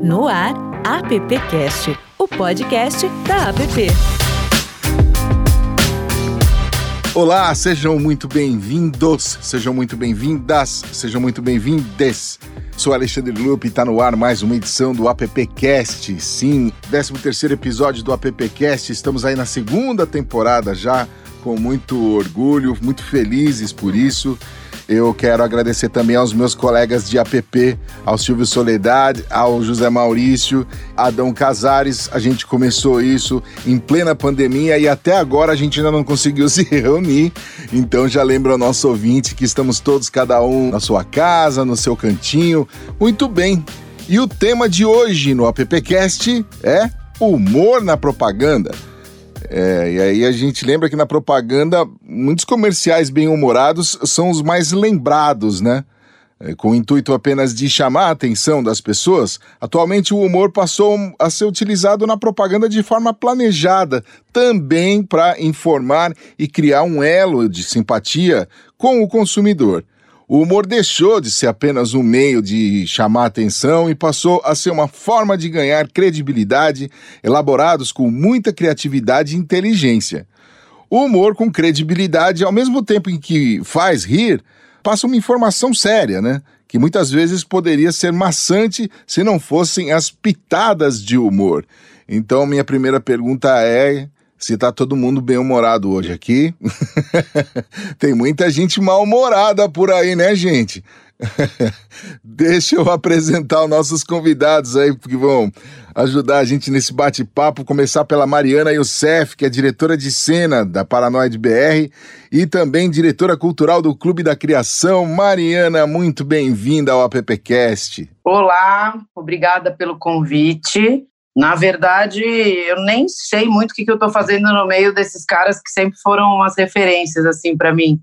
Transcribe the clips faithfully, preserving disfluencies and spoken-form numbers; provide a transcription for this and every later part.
No ar, AppCast, o podcast da App. Olá, sejam muito bem-vindos, sejam muito bem-vindas, sejam muito bem-vindes. Sou Alexandre Lupe e está no ar mais uma edição do AppCast. Sim, décimo terceiro episódio do AppCast. Estamos aí na segunda temporada já, com muito orgulho, muito felizes por isso. Eu quero agradecer também aos meus colegas de app, ao Silvio Soledade, ao José Maurício, Adão Casares. A gente começou isso em plena pandemia e até agora a gente ainda não conseguiu se reunir. Então já lembro ao nosso ouvinte que estamos todos, cada um na sua casa, no seu cantinho. Muito bem. E o tema de hoje no AppCast é humor na propaganda. É, e aí a gente lembra que na propaganda muitos comerciais bem-humorados são os mais lembrados, né? É, com o intuito apenas de chamar a atenção das pessoas, atualmente o humor passou a ser utilizado na propaganda de forma planejada, também para informar e criar um elo de simpatia com o consumidor. O humor deixou de ser apenas um meio de chamar atenção e passou a ser uma forma de ganhar credibilidade, elaborados com muita criatividade e inteligência. O humor com credibilidade, ao mesmo tempo em que faz rir, passa uma informação séria, né? Que muitas vezes poderia ser maçante se não fossem as pitadas de humor. Então, minha primeira pergunta é... se tá todo mundo bem-humorado hoje aqui. Tem muita gente mal-humorada por aí, né, gente? Deixa eu apresentar os nossos convidados aí, que vão ajudar a gente nesse bate-papo. Começar pela Mariana Youssef, que é diretora de cena da Paranoide B R e também diretora cultural do Clube da Criação. Mariana, muito bem-vinda ao AppCast. Olá, obrigada pelo convite. Na verdade, eu nem sei muito o que, que eu estou fazendo no meio desses caras que sempre foram umas referências, assim, para mim.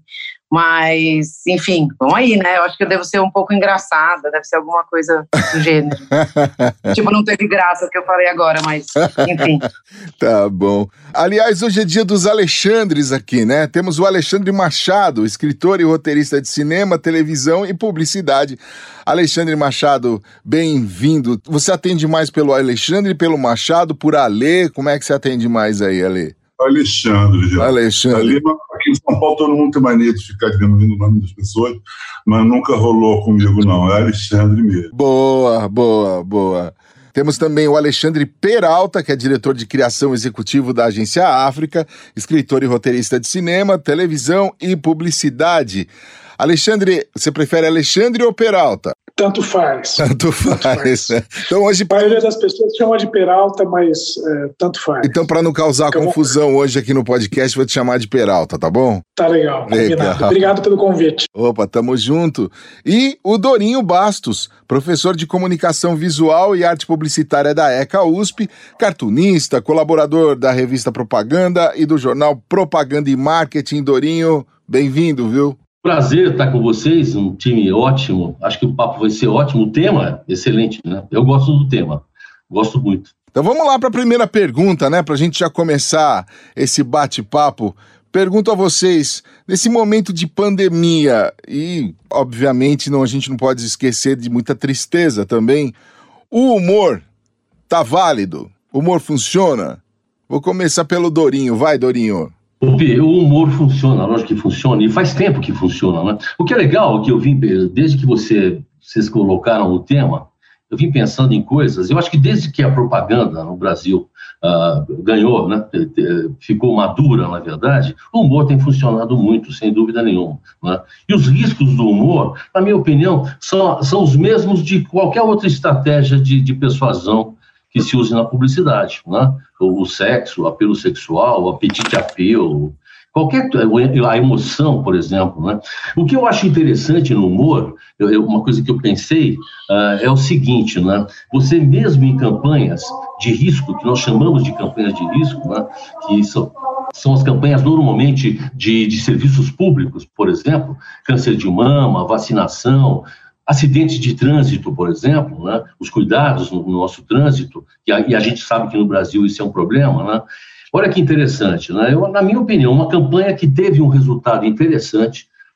Mas, enfim, vamos aí, né? Eu acho que eu devo ser um pouco engraçada, deve ser alguma coisa do gênero. Tipo, não teve graça o que eu falei agora, mas, enfim. Tá bom. Aliás, hoje é dia dos Alexandres aqui, né? Temos o Alexandre Machado, escritor e roteirista de cinema, televisão e publicidade. Alexandre Machado, bem-vindo. Você atende mais pelo Alexandre, pelo Machado, por Alê? Como é que você atende mais aí, Alê? Alexandre, já. Alexandre. Ali, aqui em São Paulo todo mundo tem mania de ficar dizendo o nome das pessoas, mas nunca rolou comigo, não. É Alexandre mesmo. Boa, boa, boa. Temos também o Alexandre Peralta, que é diretor de criação executivo da Agência África, escritor e roteirista de cinema, televisão e publicidade. Alexandre, você prefere Alexandre ou Peralta? Tanto faz. Tanto faz. Tanto faz. Então hoje... A maioria das pessoas chama de Peralta, mas é, tanto faz. Então, para não causar Fica confusão bom. Hoje aqui no podcast, vou te chamar de Peralta, tá bom? Tá legal. legal. Obrigado pelo convite. Opa, tamo junto. E o Dorinho Bastos, professor de comunicação visual e arte publicitária da ECA U S P, cartunista, colaborador da revista Propaganda e do jornal Propaganda e Marketing. Dorinho, bem-vindo, viu? Prazer estar com vocês, um time ótimo. Acho que o papo vai ser ótimo. O tema, excelente, né? Eu gosto do tema, gosto muito. Então vamos lá para a primeira pergunta, né? Para a gente já começar esse bate-papo. Pergunto a vocês, nesse momento de pandemia, e obviamente não, a gente não pode esquecer de muita tristeza também, o humor tá válido? O humor funciona? Vou começar pelo Dorinho. Vai, Dorinho. O humor funciona, lógico que funciona, e faz tempo que funciona, né? O que é legal, que eu vim, desde que você, vocês colocaram o tema, eu vim pensando em coisas, eu acho que desde que a propaganda no Brasil uh, ganhou, né, ficou madura, na verdade, o humor tem funcionado muito, sem dúvida nenhuma, né? E os riscos do humor, na minha opinião, são, são os mesmos de qualquer outra estratégia de, de persuasão que se use na publicidade, né? O, o sexo, o apelo sexual, o apetite apelo, qualquer, a emoção, por exemplo, né? O que eu acho interessante no humor, eu, eu, uma coisa que eu pensei, uh, é o seguinte, né? Você mesmo em campanhas de risco, que nós chamamos de campanhas de risco, né? Que são, são as campanhas normalmente de, de serviços públicos, por exemplo, câncer de mama, vacinação, acidentes de trânsito, por exemplo, né? Os cuidados no, no nosso trânsito, e a, e a gente sabe que no Brasil isso é um problema, né? Olha que interessante, né? Eu, na minha opinião, uma campanha que teve um resultado interessante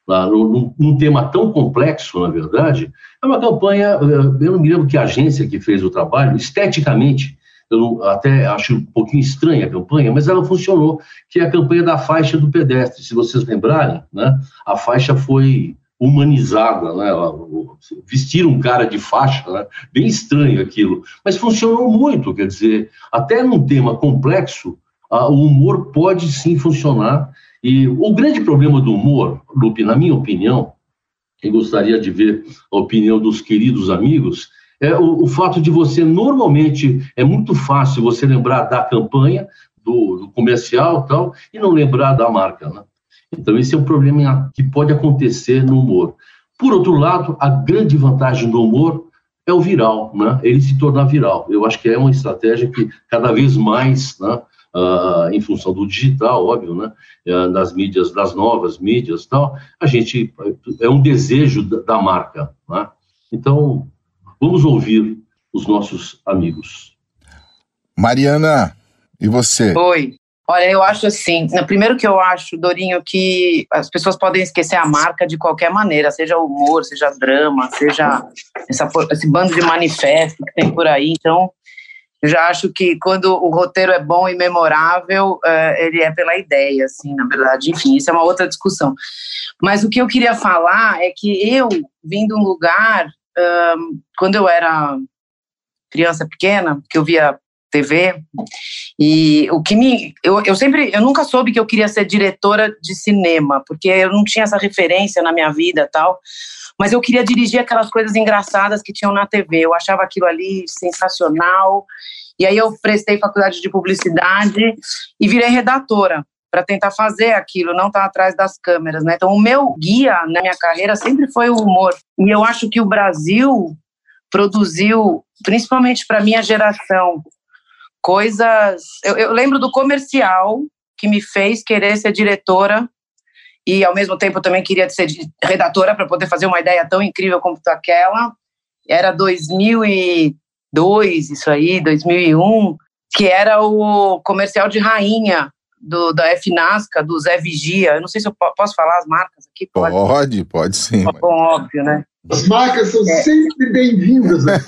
lá, num, num tema tão complexo, na verdade, é uma campanha, eu não me lembro que agência que fez o trabalho, esteticamente, eu não, até acho um pouquinho estranha a campanha, mas ela funcionou, que é a campanha da faixa do pedestre. Se vocês lembrarem, né, a faixa foi humanizada, né, vestiram um cara de faixa, né, bem estranho aquilo, mas funcionou muito, quer dizer, até num tema complexo, a, o humor pode sim funcionar, e o grande problema do humor, Lupe, na minha opinião, eu gostaria de ver a opinião dos queridos amigos, é o, o fato de você, normalmente, é muito fácil você lembrar da campanha, do, do comercial e tal, e não lembrar da marca, né? Então, esse é um problema que pode acontecer no humor. Por outro lado, a grande vantagem do humor é o viral, né? Ele se tornar viral. Eu acho que é uma estratégia que cada vez mais, né, uh, em função do digital, óbvio, né, uh, das mídias, das novas mídias e tal, a gente, é um desejo da, da marca, né? Então, vamos ouvir os nossos amigos. Mariana, e você? Oi. Olha, eu acho assim, primeiro que eu acho, Dorinho, que as pessoas podem esquecer a marca de qualquer maneira, seja humor, seja drama, seja essa, esse bando de manifesto que tem por aí. Então, eu já acho que quando o roteiro é bom e memorável, uh, ele é pela ideia, assim, na verdade. Enfim, isso é uma outra discussão. Mas o que eu queria falar é que eu vim de um lugar, um, quando eu era criança pequena, que eu via T V, e o que me, eu, eu sempre, eu nunca soube que eu queria ser diretora de cinema, porque eu não tinha essa referência na minha vida e tal, mas eu queria dirigir aquelas coisas engraçadas que tinham na T V, eu achava aquilo ali sensacional, e aí eu prestei faculdade de publicidade e virei redatora, para tentar fazer aquilo, não estar atrás das câmeras, né? Então o meu guia na minha carreira sempre foi o humor, e eu acho que o Brasil produziu, principalmente para minha geração, coisas... Eu, eu lembro do comercial que me fez querer ser diretora e, ao mesmo tempo, também queria ser redatora para poder fazer uma ideia tão incrível como aquela. Era dois mil e dois, isso aí, dois mil e um, que era o comercial de Rainha, do, da F-Nasca, do Zé Vigia. Eu não sei se eu posso falar as marcas aqui. Pode, pode, pode sim. Bom, óbvio, né? As marcas são é. sempre bem-vindas aqui.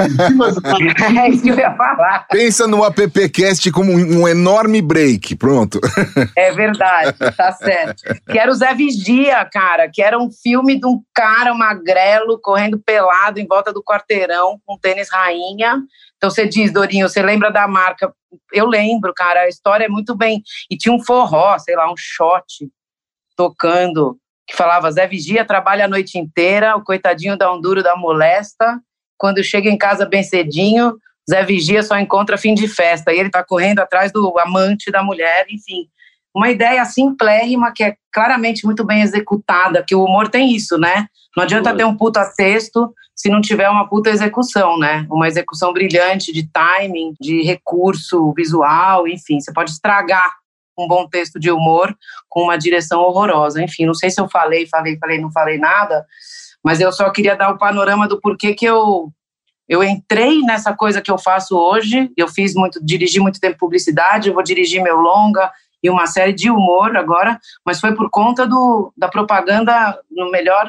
É isso que eu ia falar. Pensa no AppCast como um enorme break, pronto. É verdade, tá certo. Que era o Zé Vigia, cara, que era um filme de um cara magrelo correndo pelado em volta do quarteirão com tênis Rainha. Então você diz, Dorinho, você lembra da marca? Eu lembro, cara, a história é muito bem. E tinha um forró, sei lá, um shot tocando, que falava, Zé Vigia trabalha a noite inteira, o coitadinho dá um duro da molesta, quando chega em casa bem cedinho, Zé Vigia só encontra fim de festa, e ele tá correndo atrás do amante da mulher, enfim. Uma ideia simplérrima, que é claramente muito bem executada, que o humor tem isso, né? Não adianta ter um puta texto se não tiver uma puta execução, né? Uma execução brilhante de timing, de recurso visual, enfim, você pode estragar um bom texto de humor com uma direção horrorosa. Enfim, não sei se eu falei, falei, falei, não falei nada, mas eu só queria dar o panorama do porquê que eu, eu entrei nessa coisa que eu faço hoje. Eu fiz muito, dirigi muito tempo publicidade, eu vou dirigir meu longa e uma série de humor agora, mas foi por conta do, da propaganda, no melhor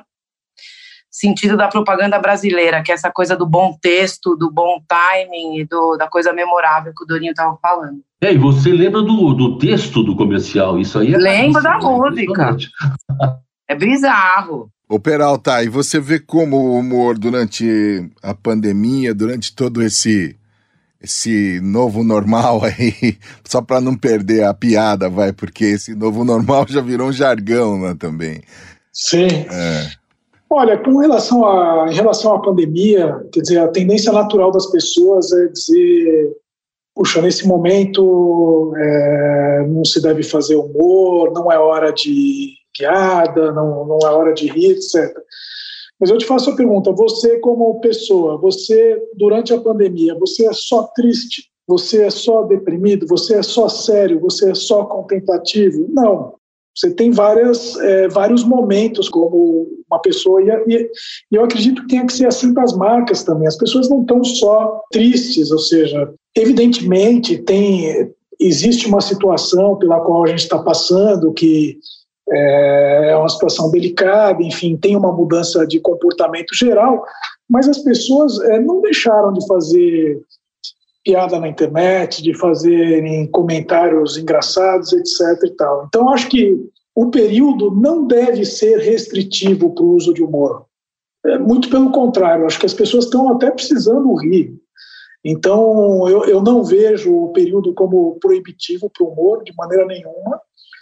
sentido da propaganda brasileira, que é essa coisa do bom texto, do bom timing e do, da coisa memorável que o Dorinho estava falando. É, e você lembra do, do texto do comercial? Isso aí é... Lembro da música. É bizarro. Ô Peralta, e você vê como o humor durante a pandemia, durante todo esse, esse novo normal aí, só para não perder a piada, vai, porque esse novo normal já virou um jargão, né, também. Sim. É. Olha, com relação a, em relação à pandemia, quer dizer, a tendência natural das pessoas é dizer, puxa, nesse momento é, não se deve fazer humor, não é hora de piada, não, não é hora de rir, etcétera. Mas eu te faço a pergunta, você como pessoa, você durante a pandemia, você é só triste? Você é só deprimido? Você é só sério? Você é só contemplativo? Não. Você tem várias, é, vários momentos como uma pessoa, e, e, e eu acredito que tenha que ser assim para as marcas também. As pessoas não estão só tristes, ou seja, evidentemente tem, existe uma situação pela qual a gente está passando que é uma situação delicada, enfim, tem uma mudança de comportamento geral, mas as pessoas é, não deixaram de fazer piada na internet, de fazerem comentários engraçados, etc e tal. Então, acho que o período não deve ser restritivo para o uso de humor. É, muito pelo contrário, acho que as pessoas estão até precisando rir. Então, eu, eu não vejo o período como proibitivo para o humor, de maneira nenhuma.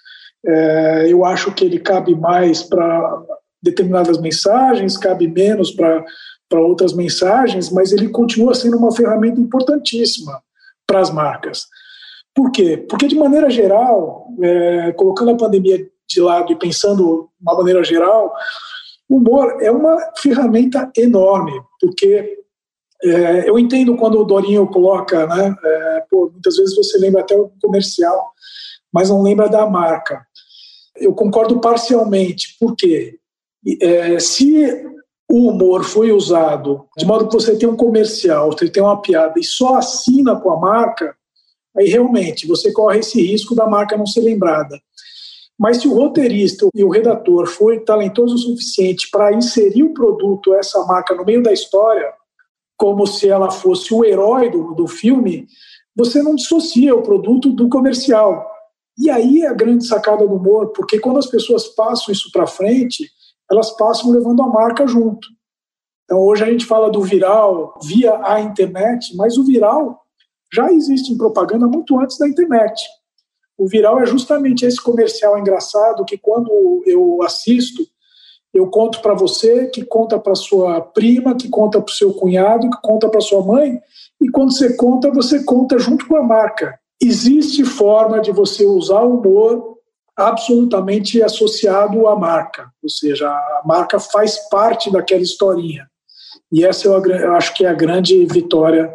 É, eu acho que ele cabe mais para determinadas mensagens, cabe menos para para outras mensagens, mas ele continua sendo uma ferramenta importantíssima para as marcas. Por quê? Porque, de maneira geral, é, colocando a pandemia de lado e pensando de uma maneira geral, o humor é uma ferramenta enorme, porque é, eu entendo quando o Dorinho coloca, né, é, pô, muitas vezes você lembra até o comercial, mas não lembra da marca. Eu concordo parcialmente, porque é, se o humor foi usado de modo que você tem um comercial, você tem uma piada e só assina com a marca, aí realmente você corre esse risco da marca não ser lembrada. Mas se o roteirista e o redator foi talentoso o suficiente para inserir o produto, essa marca, no meio da história, como se ela fosse o herói do, do filme, você não dissocia o produto do comercial. E aí é a grande sacada do humor, porque quando as pessoas passam isso para frente, elas passam levando a marca junto. Então, hoje a gente fala do viral via a internet, mas o viral já existe em propaganda muito antes da internet. O viral é justamente esse comercial engraçado que, quando eu assisto, eu conto para você, que conta para sua prima, que conta para o seu cunhado, que conta para sua mãe, e quando você conta, você conta junto com a marca. Existe forma de você usar o humor absolutamente associado à marca, ou seja, a marca faz parte daquela historinha. E essa eu, eu acho que é a grande vitória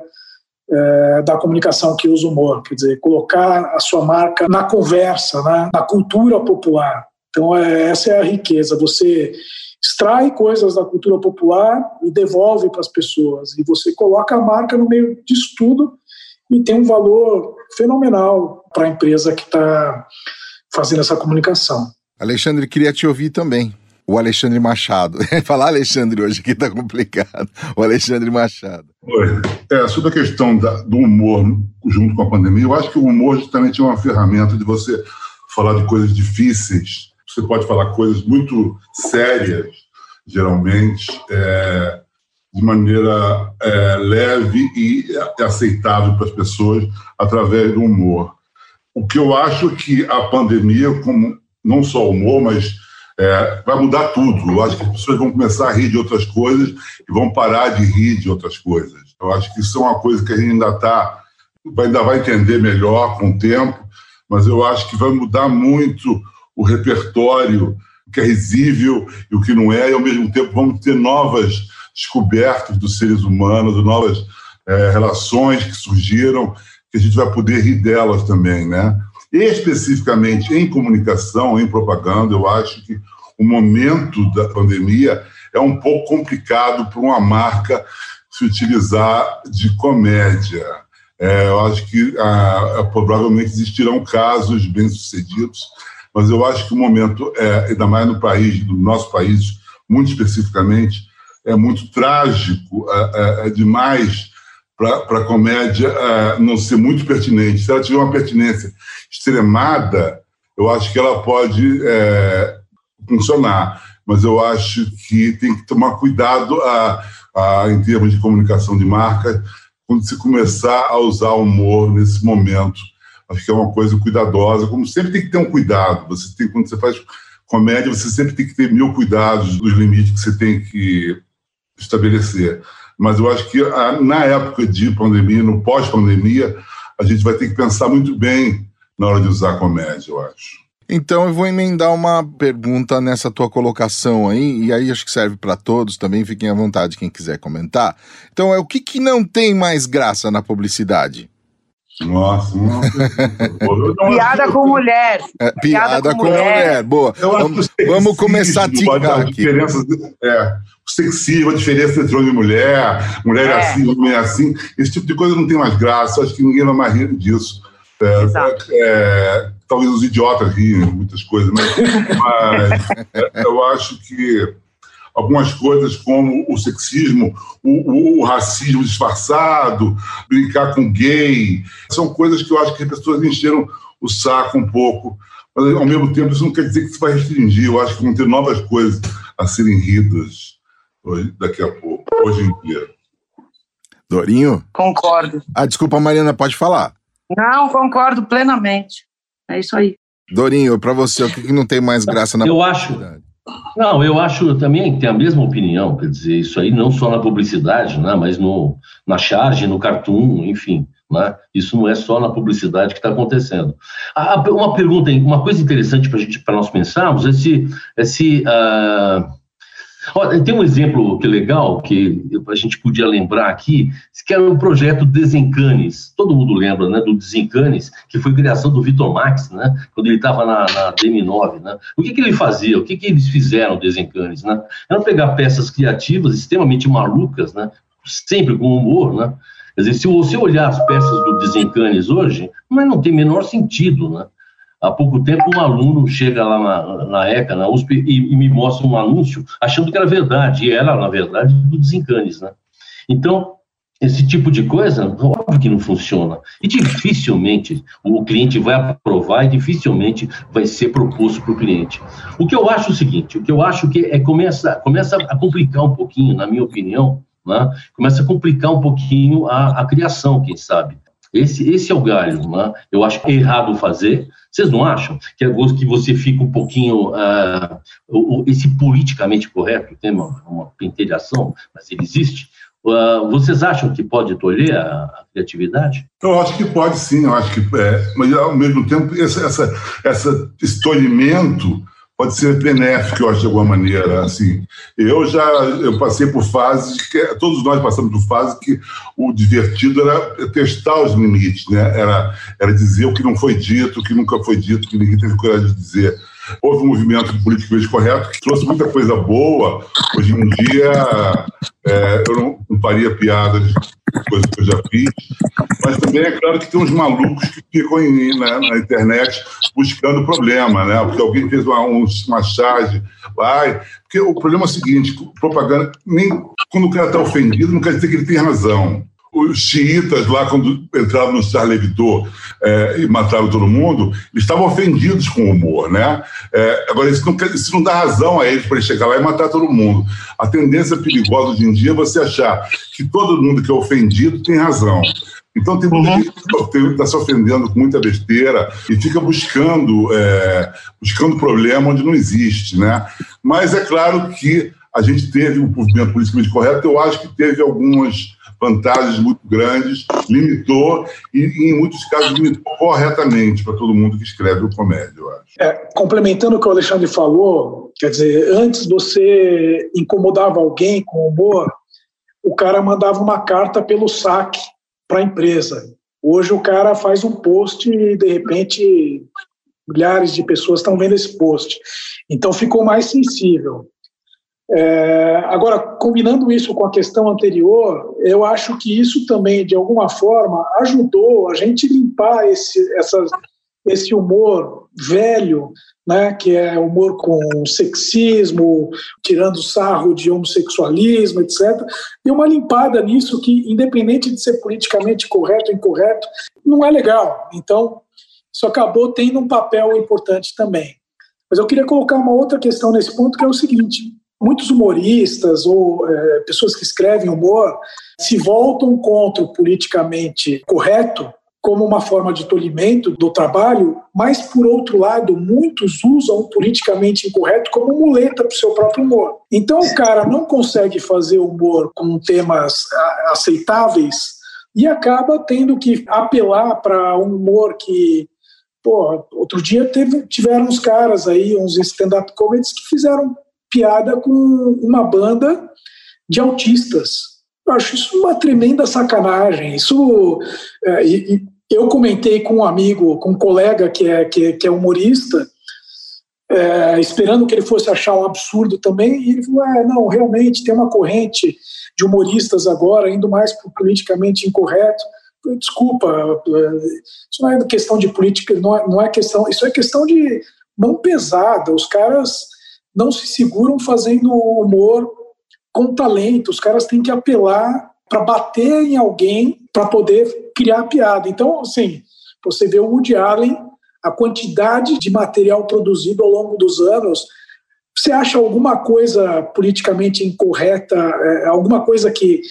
é, da comunicação que usa o humor, quer dizer, colocar a sua marca na conversa, né, na cultura popular. Então, é, essa é a riqueza, você extrai coisas da cultura popular e devolve para as pessoas, e você coloca a marca no meio disso tudo e tem um valor fenomenal para a empresa que está fazendo essa comunicação. Alexandre, queria te ouvir também. O Alexandre Machado. Falar Alexandre hoje aqui está complicado. O Alexandre Machado. Oi. É, sobre a questão da, do humor junto com a pandemia, eu acho que o humor justamente é uma ferramenta de você falar de coisas difíceis. Você pode falar coisas muito sérias, geralmente, é, de maneira é, leve e aceitável para as pessoas através do humor. O que eu acho que a pandemia, como não só o humor, mas é, vai mudar tudo. Eu acho que as pessoas vão começar a rir de outras coisas e vão parar de rir de outras coisas. Eu acho que isso é uma coisa que a gente ainda tá, ainda vai entender melhor com o tempo, mas eu acho que vai mudar muito o repertório, o que é risível e o que não é, e ao mesmo tempo vamos ter novas descobertas dos seres humanos, novas é, relações que surgiram, que a gente vai poder rir delas também, né? E especificamente em comunicação, em propaganda, eu acho que o momento da pandemia é um pouco complicado para uma marca se utilizar de comédia. É, eu acho que ah, provavelmente existirão casos bem-sucedidos, mas eu acho que o momento, é, ainda mais no país, no nosso país, muito especificamente, é muito trágico, é, é, é demais para a comédia uh, não ser muito pertinente. Se ela tiver uma pertinência extremada, eu acho que ela pode é, funcionar, mas eu acho que tem que tomar cuidado a, a, em termos de comunicação de marca, quando se começar a usar humor nesse momento. Acho que é uma coisa cuidadosa, como sempre tem que ter um cuidado. Você tem, quando você faz comédia, você sempre tem que ter mil cuidados dos limites que você tem que estabelecer. Mas eu acho que na época de pandemia, no pós-pandemia, a gente vai ter que pensar muito bem na hora de usar a comédia, eu acho. Então eu vou emendar uma pergunta nessa tua colocação aí, e aí acho que serve para todos também, fiquem à vontade quem quiser comentar. Então é o que, que não tem mais graça na publicidade? Nossa, nossa. Piada com mulher. É, piada, piada com, com mulher. mulher. Boa. Vamos, vamos começar a ticar aqui. É, o sexismo, a diferença entre homem e mulher, mulher é assim, homem é assim. Esse tipo de coisa não tem mais graça. Acho que ninguém vai mais rir disso. É, é, talvez os idiotas riem, muitas coisas, mas, mas eu acho que algumas coisas como o sexismo, o, o, o racismo disfarçado, brincar com gay, são coisas que eu acho que as pessoas encheram o saco um pouco, mas ao mesmo tempo isso não quer dizer que se vai restringir, eu acho que vão ter novas coisas a serem ridas hoje, daqui a pouco, hoje em dia. Dorinho? Concordo. Ah, desculpa, Mariana, pode falar. Não, concordo plenamente. É isso aí. Dorinho, para você, o que, que não tem mais graça na Eu acho. Não, eu acho também que tem a mesma opinião, quer dizer, isso aí não só na publicidade, né, mas no, na charge, no cartoon, enfim, né, isso não é só na publicidade que está acontecendo. Ah, uma pergunta, uma coisa interessante para gente, para nós pensarmos, é se, é se uh, olha, tem um exemplo que é legal, que a gente podia lembrar aqui, que era o projeto Desencanes. Todo mundo lembra, né, do Desencanes, que foi criação do Vitor Max, né, quando ele estava na, na D M nove. Né? O que, que ele fazia? O que, que eles fizeram, Desencanes? Né? Era pegar peças criativas, extremamente malucas, né, sempre com humor, né? Quer dizer, se você olhar as peças do Desencanes hoje, mas não tem menor sentido, né? Há pouco tempo, um aluno chega lá na, na ECA, na U S P, e, e me mostra um anúncio achando que era verdade, e era, na verdade, do Desencanes, né? Então, esse tipo de coisa, óbvio que não funciona. E dificilmente o cliente vai aprovar e dificilmente vai ser proposto para o cliente. O que eu acho é o seguinte, o que eu acho que é começa, começa a complicar um pouquinho, na minha opinião, né? Começa a complicar um pouquinho a, a criação, quem sabe. Esse, esse é o galho, né? Eu acho errado fazer. Vocês não acham que é gosto que você fica um pouquinho... Uh, esse politicamente correto, tem uma, uma pentelhação, mas ele existe. Uh, vocês acham que pode tolher a, a criatividade? Eu acho que pode sim, eu acho que... É, mas, ao mesmo tempo, essa, essa, essa, esse tolhimento pode ser benéfico, eu acho, de alguma maneira. Assim, eu já eu passei por fases, que todos nós passamos por fases que o divertido era testar os limites, né? Era, era dizer o que não foi dito, o que nunca foi dito, que ninguém teve coragem de dizer. Houve um movimento politicamente correto que trouxe muita coisa boa. Hoje em dia, é, eu não, não faria piadas de coisas que eu já fiz, mas também é claro que tem uns malucos que ficam em, né, na internet buscando problema, né? Porque alguém fez uma, uma charge, vai. Porque o problema é o seguinte: propaganda, nem quando o cara está ofendido, não quer dizer que ele tem razão. Os xiitas lá, quando entraram no Charlie Hebdo é, e mataram todo mundo, eles estavam ofendidos com o humor, né? É, agora, isso não, isso não dá razão a eles para eles chegar lá e matar todo mundo. A tendência perigosa hoje em dia é você achar que todo mundo que é ofendido tem razão. Então tem muita gente que está se ofendendo com muita besteira e fica buscando, é, buscando problema onde não existe, né? Mas é claro que a gente teve um movimento politicamente correto, eu acho que teve algumas vantagens muito grandes, limitou e, e em muitos casos, limitou corretamente para todo mundo que escreve o comédia, eu acho. É, complementando o que o Alexandre falou, quer dizer, antes você incomodava alguém com humor, o cara mandava uma carta pelo saque para a empresa. Hoje o cara faz um post e, de repente, milhares de pessoas estão vendo esse post. Então ficou mais sensível. É, agora, combinando isso com a questão anterior, eu acho que isso também, de alguma forma, ajudou a gente limpar esse, essa, esse humor velho, né, que é humor com sexismo, tirando sarro de homossexualismo, etcétera. Deu uma limpada nisso que, independente de ser politicamente correto ou incorreto, não é legal. Então, isso acabou tendo um papel importante também. Mas eu queria colocar uma outra questão nesse ponto, que é o seguinte: muitos humoristas ou é, pessoas que escrevem humor se voltam contra o politicamente correto como uma forma de tolimento do trabalho, mas, por outro lado, muitos usam o politicamente incorreto como muleta para o seu próprio humor. Então o cara não consegue fazer humor com temas aceitáveis e acaba tendo que apelar para um humor que... Pô, outro dia teve, tiveram uns caras aí, uns stand-up comedies que fizeram piada com uma banda de autistas. Eu acho isso uma tremenda sacanagem. Isso, é, e, eu comentei com um amigo, com um colega que é, que é, que é humorista, é, esperando que ele fosse achar um absurdo também, e ele falou, é, não, realmente tem uma corrente de humoristas agora, indo mais para o politicamente incorreto. desculpa, isso não é questão de política, não é, não é questão, isso é questão de mão pesada. Os caras não se seguram fazendo humor com talento, os caras têm que apelar para bater em alguém para poder criar piada. Então, assim, você vê o Woody Allen, a quantidade de material produzido ao longo dos anos. Você acha alguma coisa politicamente incorreta, é, alguma coisa que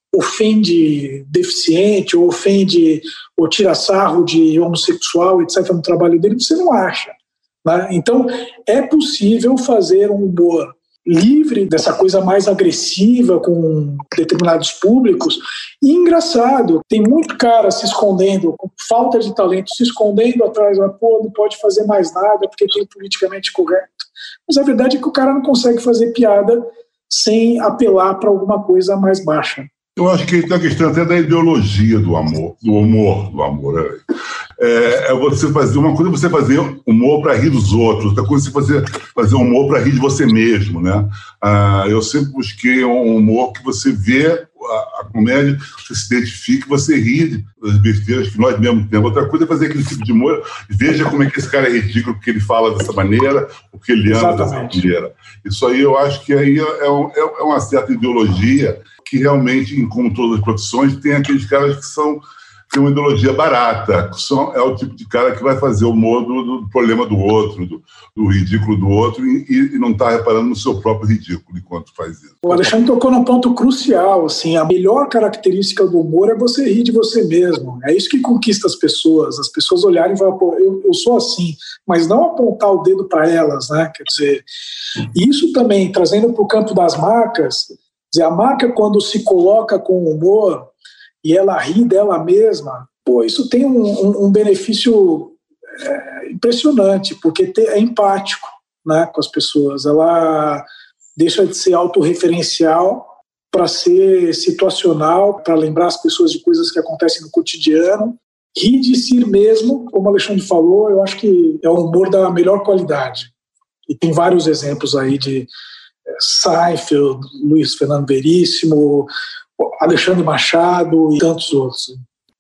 ofende deficiente, ou ofende, ou tira sarro de homossexual, etcétera, no trabalho dele? Você não acha, né? Então, é possível fazer um humor livre dessa coisa mais agressiva com determinados públicos. E engraçado, tem muito cara se escondendo, com falta de talento, se escondendo atrás, pô, não pode fazer mais nada porque tem politicamente correto. Mas a verdade é que o cara não consegue fazer piada sem apelar para alguma coisa mais baixa. Eu acho que tem a questão até da ideologia do amor, do humor, do amor. É, é você fazer uma coisa, é você fazer humor para rir dos outros, outra coisa é você fazer, fazer humor para rir de você mesmo, né? Ah, eu sempre busquei um humor que você vê a, a comédia, você se identifique, você ri das besteiras que nós mesmos temos. Outra coisa é fazer aquele tipo de humor, veja como é que esse cara é ridículo, porque ele fala dessa maneira, porque ele anda Exatamente. dessa maneira. Isso aí eu acho que aí é, um, é uma certa ideologia que realmente, como todas as profissões, tem aqueles caras que são tem uma ideologia barata, são, é o tipo de cara que vai fazer o humor do, do problema do outro, do, do ridículo do outro, e, e não está reparando no seu próprio ridículo enquanto faz isso. O Alexandre tocou num ponto crucial, assim, a melhor característica do humor é você rir de você mesmo. É isso que conquista as pessoas, as pessoas olharem e falar, pô, eu, eu sou assim, mas não apontar o dedo para elas, né? Quer dizer, isso também, trazendo para o campo das marcas, quer dizer, a marca quando se coloca com humor e ela ri dela mesma, pô, isso tem um, um, um benefício é, impressionante, porque te, é empático, né, com as pessoas. Ela deixa de ser autorreferencial para ser situacional, para lembrar as pessoas de coisas que acontecem no cotidiano. Rir de si mesmo, como o Alexandre falou, eu acho que é um humor da melhor qualidade. E tem vários exemplos aí de é, Seinfeld, Luiz Fernando Veríssimo, Alexandre Machado e tantos outros.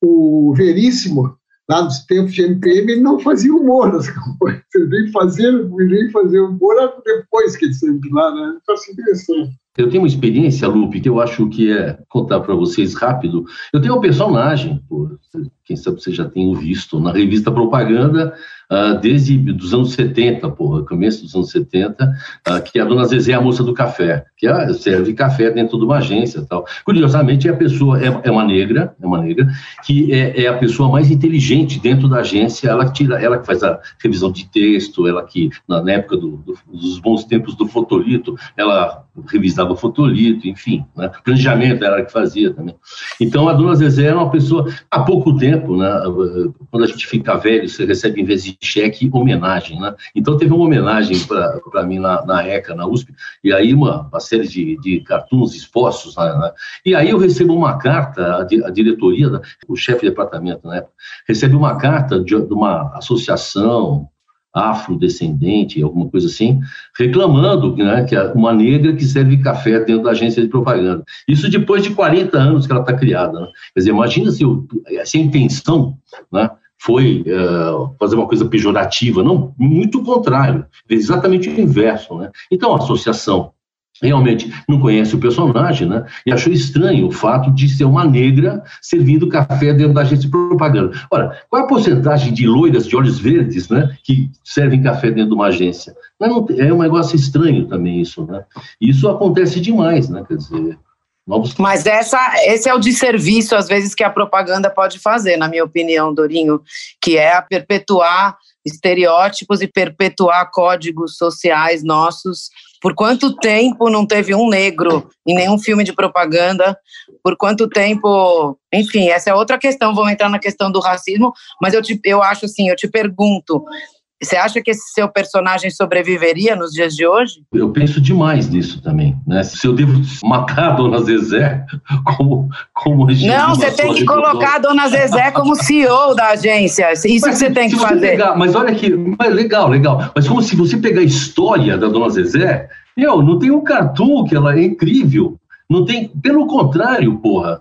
O Veríssimo, lá nos tempos de M P M, ele não fazia humor nas campanhas. Ele veio fazer, ele veio fazer humor depois que ele saiu de lá, né? Então, assim, interessante. Eu tenho uma experiência, Lupe, que eu acho que é contar para vocês rápido. Eu tenho um personagem, pô, quem sabe vocês já tenham visto, na revista Propaganda, uh, desde os anos setenta, porra, começo dos anos setenta, uh, que é a Dona Zezé, a moça do café, que é, serve café dentro de uma agência e tal. Curiosamente, a pessoa é, é uma negra, é uma negra, que é, é a pessoa mais inteligente dentro da agência, ela, tira, ela que faz a revisão de texto, ela que, na época do, do, dos bons tempos do fotolito, ela revisava o fotolito, enfim, né? Planejamento era ela que fazia também. Então, a Dona Zezé era uma pessoa, há pouco tempo, né? Quando a gente fica velho, você recebe, em vez de cheque, homenagem, né? Então, teve uma homenagem para mim na, na ECA, na U S P, e aí uma, uma série de, de cartoons expostos, né? E aí eu recebo uma carta, a, a diretoria, o chefe de departamento, né? Recebe uma carta de, de uma associação afrodescendente, alguma coisa assim, reclamando, né, que é uma negra que serve café dentro da agência de propaganda. Isso depois de quarenta anos que ela está criada, né? Quer dizer, imagina se, eu, se a intenção, né, foi uh, fazer uma coisa pejorativa. Não, muito contrário, exatamente o inverso, né? Então, a associação realmente não conhece o personagem, né? E achou estranho o fato de ser uma negra servindo café dentro da agência de propaganda. Ora, qual é a porcentagem de loiras de olhos verdes, né, que servem café dentro de uma agência? Não, é um negócio estranho também isso, né? Isso acontece demais, né? Quer dizer, novos... Mas essa, esse é o desserviço, às vezes, que a propaganda pode fazer, na minha opinião, Dorinho, que é a perpetuar estereótipos e perpetuar códigos sociais nossos. Por quanto tempo não teve um negro em nenhum filme de propaganda? Por quanto tempo... Enfim, essa é outra questão, vamos entrar na questão do racismo, mas eu, te, eu acho assim, eu te pergunto, você acha que esse seu personagem sobreviveria nos dias de hoje? Eu penso demais nisso também, né? Se eu devo matar a Dona Zezé como... como não, você tem que colocar a Dona Zezé como C E O da agência, isso mas, que você tem que fazer. Pegar, mas olha aqui, legal, legal, mas como se você pegar a história da Dona Zezé, meu, não tem um cartoon que ela é incrível, não tem, pelo contrário, porra,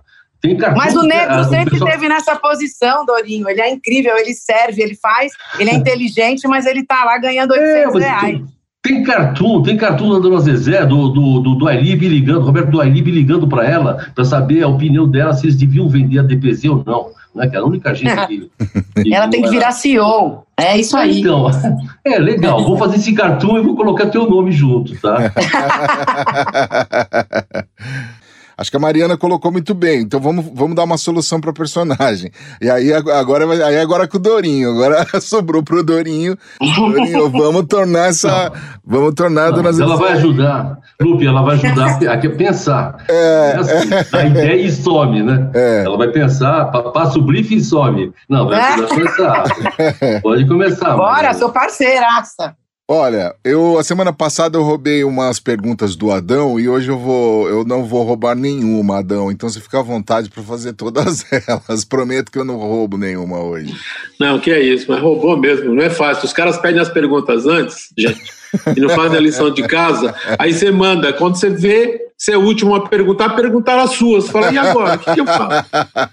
Tem cartão, Mas o Negro a, sempre pessoal... esteve nessa posição, Dorinho. Ele é incrível, ele serve, ele faz, ele é inteligente, mas ele tá lá ganhando oitocentos reais. Tem, tem cartoon, tem cartoon da Dona Zezé, do, do, do, do Ailib ligando, Roberto do Ailib ligando para ela, para saber a opinião dela, se eles deviam vender a D P Z ou não. Né, que era a única agência que... que ela tem que virar C E O. É isso aí. Então, é legal. Vou fazer esse cartoon e vou colocar teu nome junto, tá? Acho que a Mariana colocou muito bem, então vamos, vamos dar uma solução para a personagem. E aí agora, aí agora com o Dorinho, agora sobrou pro Dorinho. Dorinho, vamos tornar essa... Vamos tornar Não, a Dona Zezé. Ela vai ajudar, Lupe, ela vai ajudar a pensar. É, é assim, a ideia e some, né? É. Ela vai pensar, passa o briefing e some. Não, vai ajudar a pensar. Pode começar. Bora, mas... sou parceiraça. Olha, eu a semana passada eu roubei umas perguntas do Adão e hoje eu vou, eu não vou roubar nenhuma, Adão. Então você fica à vontade para fazer todas elas. Prometo que eu não roubo nenhuma hoje. Não, que é isso, mas roubou mesmo, não é fácil. Os caras pedem as perguntas antes, gente, e não fazem a lição de casa. Aí você manda, quando você vê, você é o último a perguntar, perguntaram as suas. Fala, e agora? O que, que eu faço?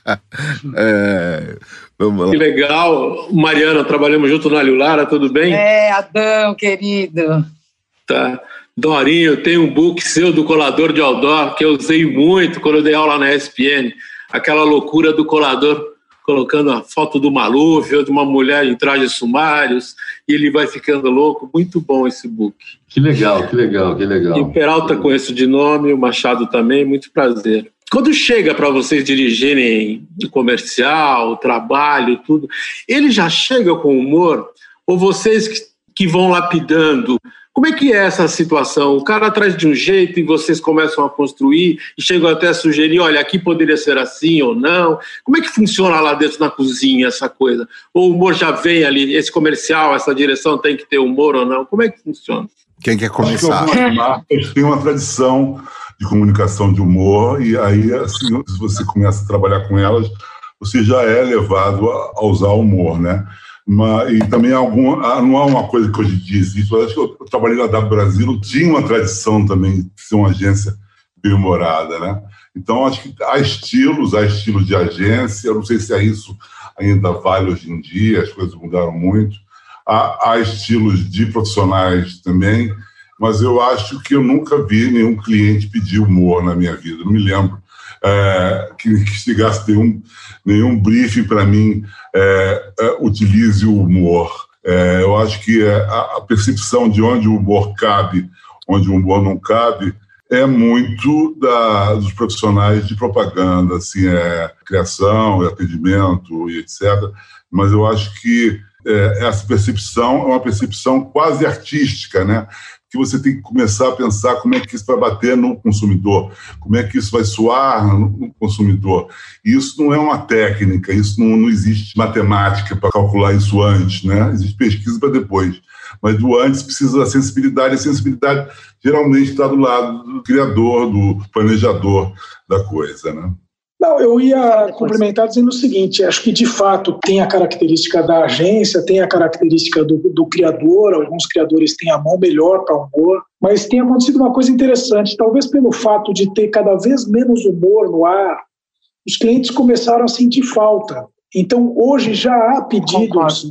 É... Vamos lá. Que legal. Mariana, trabalhamos junto na Liulara, tudo bem? É, Adão, querido. Tá. Dorinho, tem um book seu do colador de outdoor que eu usei muito quando eu dei aula na E S P N. Aquela loucura do colador colocando a foto do Maluf ou de uma mulher em trajes sumários e ele vai ficando louco. Muito bom esse book. Que legal, que legal, que legal. E o Peralta conheço de nome, o Machado também, muito prazer. Quando chega para vocês dirigirem comercial, trabalho, tudo, ele já chega com humor? Ou vocês que, que vão lapidando? Como é que é essa situação? O cara traz de um jeito e vocês começam a construir e chegam até a sugerir, olha, aqui poderia ser assim ou não. Como é que funciona lá dentro na cozinha essa coisa? Ou o humor já vem ali, esse comercial, essa direção tem que ter humor ou não? Como é que funciona? Quem quer começar? Acho que algumas marcas têm uma tradição de comunicação de humor, e aí, assim, se você começa a trabalhar com elas, você já é levado a, a usar o humor, né? Mas, e também algum, não é uma coisa que hoje em dia existe, mas acho que eu, eu trabalhei na W Brasil, tinha uma tradição também de ser uma agência bem-humorada, né? Então, acho que há estilos, há estilos de agência, eu não sei se é isso ainda vale hoje em dia, as coisas mudaram muito, há, há estilos de profissionais também, mas eu acho que eu nunca vi nenhum cliente pedir humor na minha vida. Não me lembro é, que, que chegasse nenhum, nenhum briefing para mim, é, é, utilize o humor. É, eu acho que a, a percepção de onde o humor cabe, onde o humor não cabe, é muito da, dos profissionais de propaganda, assim, é, criação, atendimento e etcétera. Mas eu acho que é, essa percepção é uma percepção quase artística, né? Que você tem que começar a pensar como é que isso vai bater no consumidor, como é que isso vai soar no consumidor. E isso não é uma técnica, isso não, não existe matemática para calcular isso antes, né? Existe pesquisa para depois. Mas do antes precisa da sensibilidade, a sensibilidade geralmente está do lado do criador, do planejador da coisa, né? Não, eu ia complementar dizendo o seguinte, acho que de fato tem a característica da agência, tem a característica do, do criador, alguns criadores têm a mão melhor para o humor, mas tem acontecido uma coisa interessante, talvez pelo fato de ter cada vez menos humor no ar, os clientes começaram a sentir falta. Então hoje já há pedidos,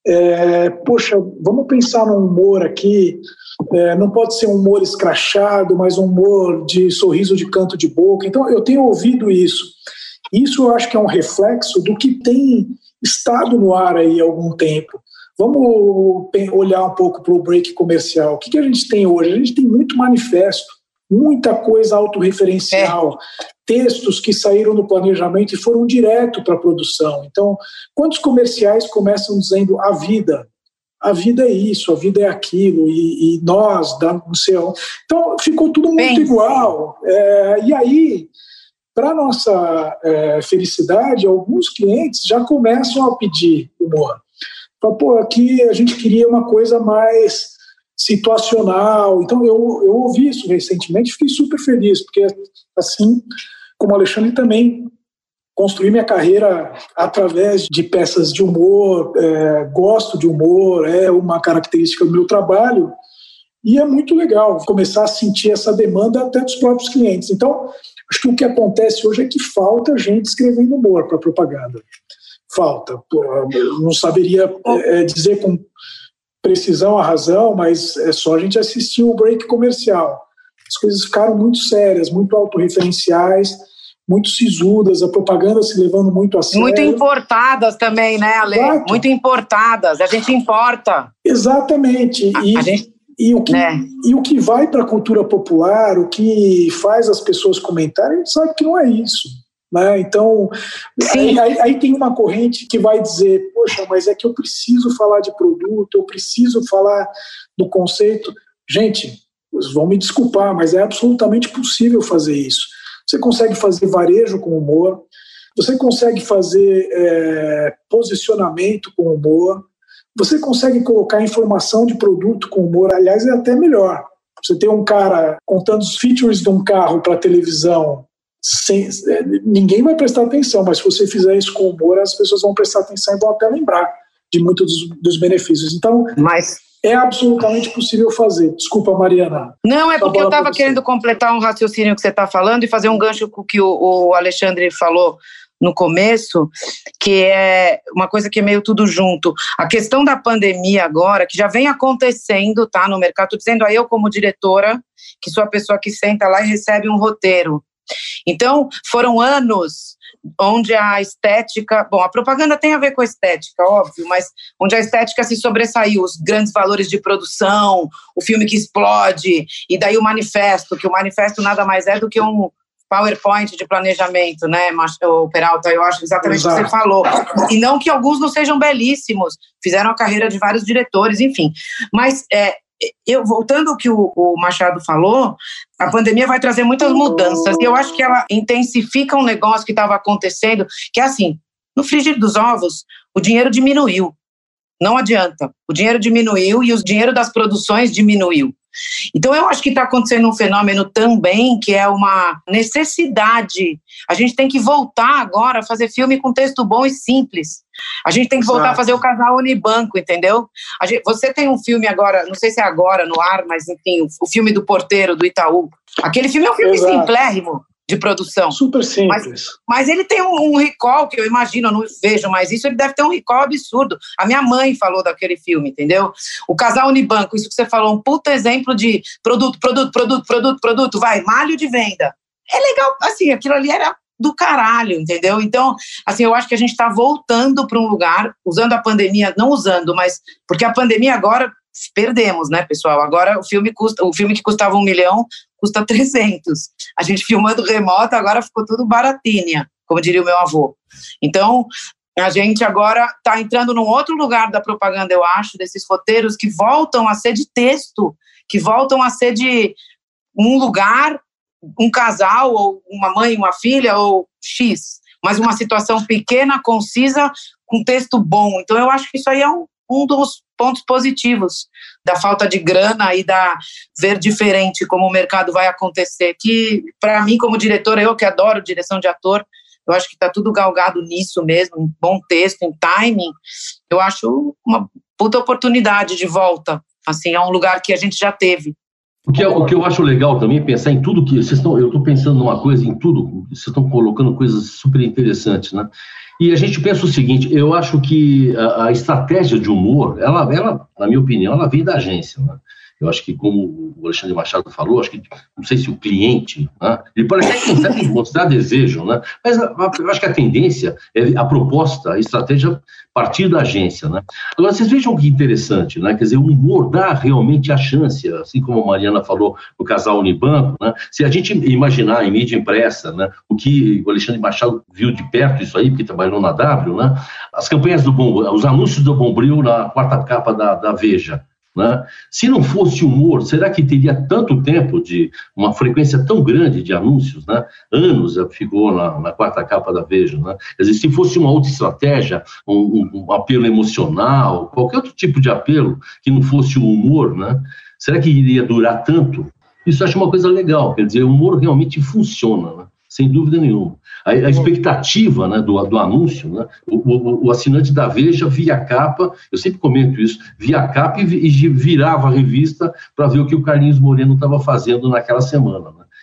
é, poxa, vamos pensar num humor aqui, é, não pode ser um humor escrachado, mas um humor de sorriso de canto de boca. Então eu tenho ouvido isso. Isso eu acho que é um reflexo do que tem estado no ar aí há algum tempo. Vamos olhar um pouco para o break comercial. O que, que a gente tem hoje? A gente tem muito manifesto, muita coisa autorreferencial, é. textos que saíram do planejamento e foram direto para a produção. Então, quantos comerciais começam dizendo a vida? A vida é isso, a vida é aquilo, e, e nós, não sei onde. Então, ficou tudo muito Bem, igual. É, e aí, para nossa é, felicidade, alguns clientes já começam a pedir humor. Então, pô, aqui a gente queria uma coisa mais situacional. Então, eu, eu ouvi isso recentemente e fiquei super feliz, porque, assim como o Alexandre também, construí minha carreira através de peças de humor, é, gosto de humor, é uma característica do meu trabalho, e é muito legal começar a sentir essa demanda até dos próprios clientes. Então, Acho que o que acontece hoje é que falta gente escrevendo humor para propaganda. Falta. Eu não saberia é, dizer com precisão a razão, mas é só a gente assistir o break comercial. As coisas ficaram muito sérias, muito autorreferenciais, muito sisudas, a propaganda se levando muito a sério. Muito importadas também, né, Ale? Exato. Muito importadas, a gente importa. Exatamente. E, a gente, e, o, que, né? e o que vai para a cultura popular, o que faz as pessoas comentarem, a gente sabe que não é isso. Né? Então, aí, aí, aí tem uma corrente que vai dizer, poxa, mas é que eu preciso falar de produto, eu preciso falar do conceito. Gente, vocês vão me desculpar, mas é absolutamente possível fazer isso. Você consegue fazer varejo com humor, você consegue fazer é, posicionamento com humor, você consegue colocar informação de produto com humor, aliás, é até melhor. Você tem um cara contando os features de um carro para televisão, sem, é, ninguém vai prestar atenção, mas se você fizer isso com humor, as pessoas vão prestar atenção e vão até lembrar de muitos dos, dos benefícios. Então, mas... é absolutamente possível fazer. Desculpa, Mariana. Não, é porque eu estava querendo completar um raciocínio que você está falando e fazer um gancho com o que o, o Alexandre falou no começo, que é uma coisa que é meio tudo junto. A questão da pandemia agora, que já vem acontecendo, tá, no mercado, estou dizendo a eu como diretora, que sou a pessoa que senta lá e recebe um roteiro. Então, foram anos onde a estética... Bom, a propaganda tem a ver com a estética, óbvio, mas onde a estética se sobressaiu, os grandes valores de produção, o filme que explode, e daí o manifesto, que o manifesto nada mais é do que um PowerPoint de planejamento, né, o Peralta? Eu acho exatamente o que você falou. E não que alguns não sejam belíssimos, fizeram a carreira de vários diretores, enfim. Mas... É, eu, voltando ao que o, o Machado falou, a pandemia vai trazer muitas mudanças e eu acho que ela intensifica um negócio que estava acontecendo, que é assim, no frigir dos ovos, o dinheiro diminuiu, não adianta, o dinheiro diminuiu e o dinheiro das produções diminuiu. Então eu acho que está acontecendo um fenômeno também que é uma necessidade. A gente tem que voltar agora a fazer filme com texto bom e simples. A gente tem que voltar Exato. a fazer o Casal Unibanco, entendeu? A gente, você tem um filme agora, não sei se é agora no ar, mas enfim, o, o filme do Porteiro, do Itaú. Aquele filme é um filme Exato. simplérrimo de produção. Super simples. Mas, mas ele tem um, um recall, que eu imagino, eu não vejo mais isso, ele deve ter um recall absurdo. A minha mãe falou daquele filme, entendeu? O Casal Unibanco, isso que você falou, um puta exemplo de produto, produto, produto, produto, produto, vai, malho de venda. É legal, assim, aquilo ali era do caralho, entendeu? Então, assim, eu acho que a gente está voltando para um lugar, usando a pandemia, não usando, mas porque a pandemia agora perdemos, né, pessoal? Agora o filme custa, o filme que custava um milhão custa trezentos. A gente filmando remoto, agora ficou tudo baratinha, como diria o meu avô. Então, a gente agora está entrando num outro lugar da propaganda, eu acho, desses roteiros que voltam a ser de texto, que voltam a ser de um lugar, um casal, ou uma mãe, uma filha, ou X, mas uma situação pequena, concisa, com texto bom. Então, eu acho que isso aí é um, um dos pontos positivos da falta de grana e da ver diferente como o mercado vai acontecer, que para mim como diretora, eu que adoro direção de ator, eu acho que está tudo galgado nisso mesmo, em bom texto, em timing, eu acho uma puta oportunidade de volta, assim, a um lugar que a gente já teve. O que, é, o que eu acho legal também é pensar em tudo que vocês estão, eu estou pensando numa coisa, em tudo, vocês estão colocando coisas super interessantes, né? E a gente pensa o seguinte, eu acho que a, a estratégia de humor, ela, ela, na minha opinião, ela vem da agência, né? Eu acho que, como o Alexandre Machado falou, acho que, não sei se o cliente, né, ele pode até consegue mostrar desejo, né, mas eu acho que a tendência é a proposta, a estratégia partir da agência, né. Agora, vocês vejam que interessante, né, quer dizer, o humor dá realmente a chance, assim como a Mariana falou no Casal Unibanco, né, se a gente imaginar em mídia impressa, né, o que o Alexandre Machado viu de perto isso aí, porque trabalhou na W, né, as campanhas do Bombril, os anúncios do Bombril na quarta capa da, da Veja, né? Se não fosse humor, será que teria tanto tempo de uma frequência tão grande de anúncios, né? Anos ficou na, na quarta capa da Veja, né? Quer dizer, se fosse uma outra estratégia, um, um, um apelo emocional, qualquer outro tipo de apelo que não fosse o humor, né? Será que iria durar tanto? Isso eu acho uma coisa legal, quer dizer, o humor realmente funciona, né? Sem dúvida nenhuma. A, a expectativa, né, do, do anúncio, né, o, o, o assinante da Veja via capa, eu sempre comento isso, via capa e, e virava a revista para ver o que o Carlinhos Moreno estava fazendo naquela semana. Né?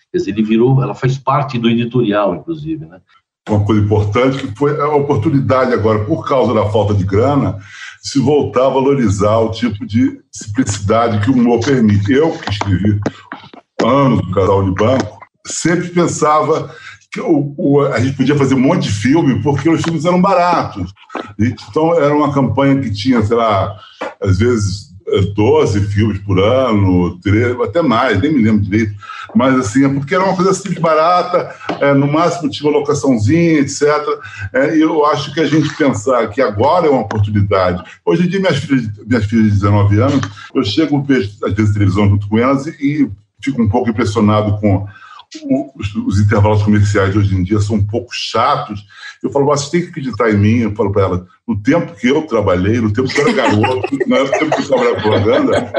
Quer dizer, ele virou, ela faz parte do editorial, inclusive, né? Uma coisa importante que foi a oportunidade agora, por causa da falta de grana, se voltar a valorizar o tipo de simplicidade que o humor permite. Eu, que escrevi anos no Casal de Banco, sempre pensava que o, o, a gente podia fazer um monte de filme porque os filmes eram baratos. Então, era uma campanha que tinha, sei lá, às vezes doze filmes por ano, treze, até mais, nem me lembro direito. Mas, assim, é porque era uma coisa simples, barata, é, no máximo tinha uma locaçãozinha, etcétera. É, e eu acho que a gente pensar que agora é uma oportunidade. Hoje em dia, minhas filhas, minhas filhas de dezenove anos, eu chego, vejo, às vezes, televisão junto com elas e, e fico um pouco impressionado com os, os intervalos comerciais de hoje em dia, são um pouco chatos. Eu falo, vocês têm que acreditar em mim. Eu falo para ela, no tempo que eu trabalhei, no tempo que eu era garoto, no tempo que eu trabalhava propaganda,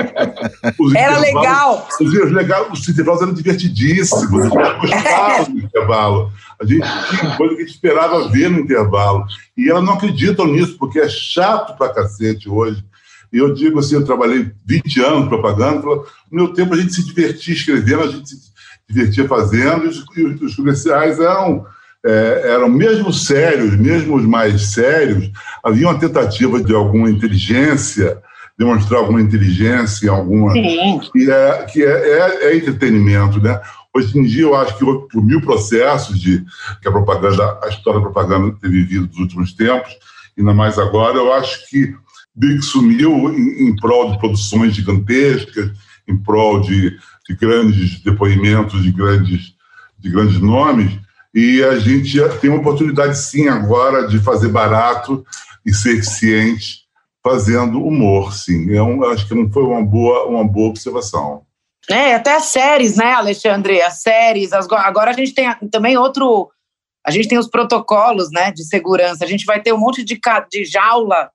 os era legal. Os, legal. Os intervalos eram divertidíssimos, a gente gostava do intervalo. A gente tinha coisa que a gente esperava ver no intervalo. E elas não acreditam nisso, porque é chato pra cacete hoje. E eu digo assim, eu trabalhei vinte anos em propaganda, no meu tempo a gente se divertia escrevendo, a gente se divertia fazendo, e os, e os comerciais eram... É, eram mesmo sérios, mesmo os mais sérios, havia uma tentativa de alguma inteligência, demonstrar alguma inteligência, alguma Sim. que, é, que é, é, é entretenimento, né? Hoje em dia eu acho que por mil processos de que a propaganda, a história da propaganda tem vivido nos últimos tempos, ainda mais agora, eu acho que Big sumiu em, em prol de produções gigantescas, em prol de, de grandes depoimentos, de grandes, de grandes nomes. E a gente tem uma oportunidade, sim, agora de fazer barato e ser eficiente fazendo humor, sim. Eu acho que não foi uma boa, uma boa observação. É, até as séries, né, Alexandre? As séries. As, agora a gente tem também outro... A gente tem os protocolos, né, de segurança. A gente vai ter um monte de, de jaula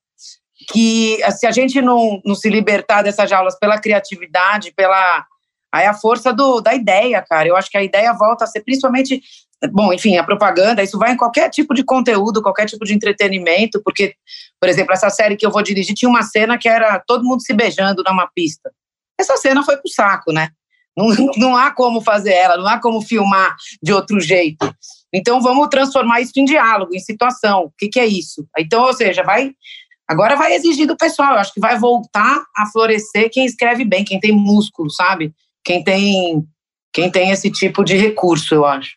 que, se a gente não, não se libertar dessas jaulas pela criatividade, pela... Aí a força do, da ideia, cara. Eu acho que a ideia volta a ser principalmente... Bom, enfim, a propaganda, isso vai em qualquer tipo de conteúdo, qualquer tipo de entretenimento, porque, por exemplo, essa série que eu vou dirigir tinha uma cena que era todo mundo se beijando numa pista. Essa cena foi pro saco, né? Não, não há como fazer ela, não há como filmar de outro jeito. Então, vamos transformar isso em diálogo, em situação. O que, que é isso? Então, ou seja, vai... Agora vai exigir do pessoal. Eu acho que vai voltar a florescer quem escreve bem, quem tem músculo, sabe? Quem tem, quem tem esse tipo de recurso, eu acho.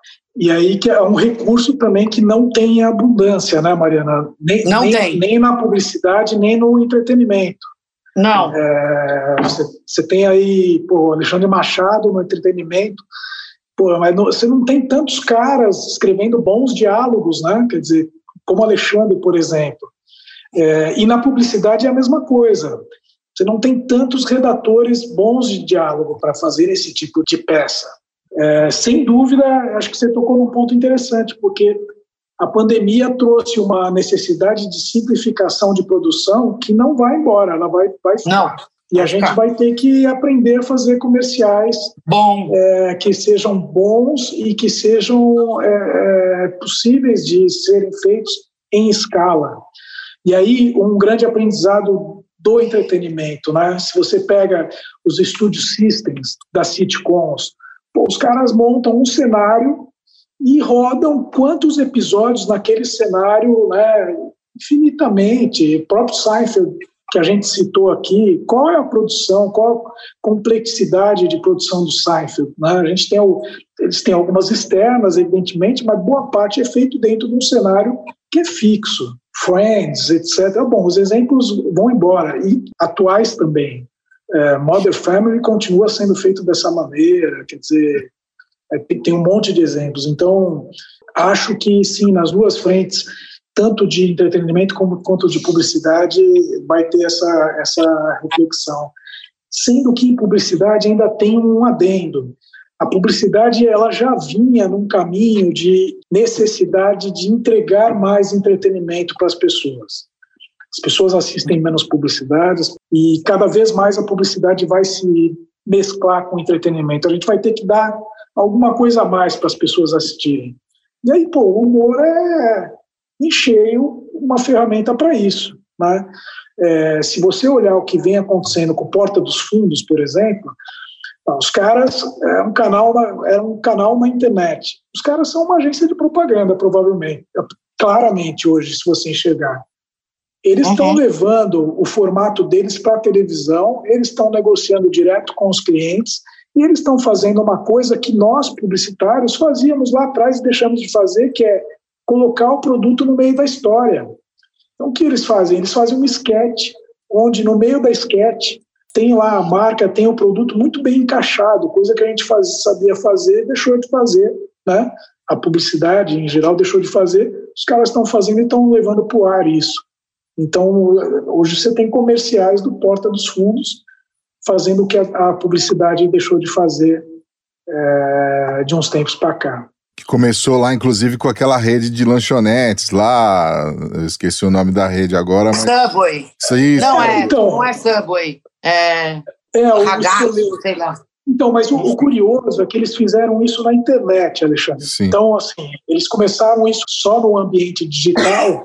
E aí que é um recurso também que não tem abundância, né, Mariana? Nem, não nem, tem. Nem na publicidade, nem no entretenimento. Não. É, você, você tem aí, pô, Alexandre Machado no entretenimento, pô, mas não, você não tem tantos caras escrevendo bons diálogos, né? Quer dizer, como Alexandre, por exemplo. É, e na publicidade é a mesma coisa. Você não tem tantos redatores bons de diálogo para fazer esse tipo de peça. É, sem dúvida, acho que você tocou num ponto interessante, porque a pandemia trouxe uma necessidade de simplificação de produção que não vai embora, ela vai, vai ficar. Não, e a gente ficar. vai ter que aprender a fazer comerciais Bom. é, que sejam bons e que sejam é, possíveis de serem feitos em escala. E aí, um grande aprendizado do entretenimento, né? Se você pega os studio systems das sitcoms, os caras montam um cenário e rodam quantos episódios naquele cenário, né, infinitamente. O próprio Seinfeld, que a gente citou aqui, qual é a produção, qual a complexidade de produção do Seinfeld? Né? A gente tem o, eles têm algumas externas, evidentemente, mas boa parte é feito dentro de um cenário que é fixo. Friends, etcétera. Bom, os exemplos vão embora, e atuais também. É, Modern Family continua sendo feito dessa maneira, quer dizer, é, tem um monte de exemplos. Então, acho que sim, nas duas frentes, tanto de entretenimento como, quanto de publicidade, vai ter essa, essa reflexão. Sendo que em publicidade ainda tem um adendo. A publicidade ela já vinha num caminho de necessidade de entregar mais entretenimento para as pessoas. As pessoas assistem menos publicidades e cada vez mais a publicidade vai se mesclar com o entretenimento. A gente vai ter que dar alguma coisa a mais para as pessoas assistirem. E aí, pô, o humor é em cheio uma ferramenta para isso, né? É, se você olhar o que vem acontecendo com Porta dos Fundos, por exemplo, Os caras, era um canal na, era um canal na internet. Os caras são uma agência de propaganda, provavelmente. Claramente, hoje, se você enxergar. Eles estão uhum. levando o formato deles para a televisão, eles estão negociando direto com os clientes, e eles estão fazendo uma coisa que nós, publicitários, fazíamos lá atrás e deixamos de fazer, que é colocar o produto no meio da história. Então, o que eles fazem? Eles fazem um sketch, onde no meio da sketch tem lá a marca, tem o produto muito bem encaixado, coisa que a gente faz, sabia fazer, deixou de fazer, né? A publicidade, em geral, deixou de fazer, os caras estão fazendo e estão levando para o ar isso. Então, hoje você tem comerciais do Porta dos Fundos fazendo o que a, a publicidade deixou de fazer é, de uns tempos para cá. Que começou lá, inclusive, com aquela rede de lanchonetes lá, eu esqueci o nome da rede agora. Mas... Subway. Isso aí. Não é, então, não é Subway. É, é ragazzo, sei lá. Então, mas o, o curioso é que eles fizeram isso na internet, Alexandre. Sim. Então, assim, eles começaram isso só no ambiente digital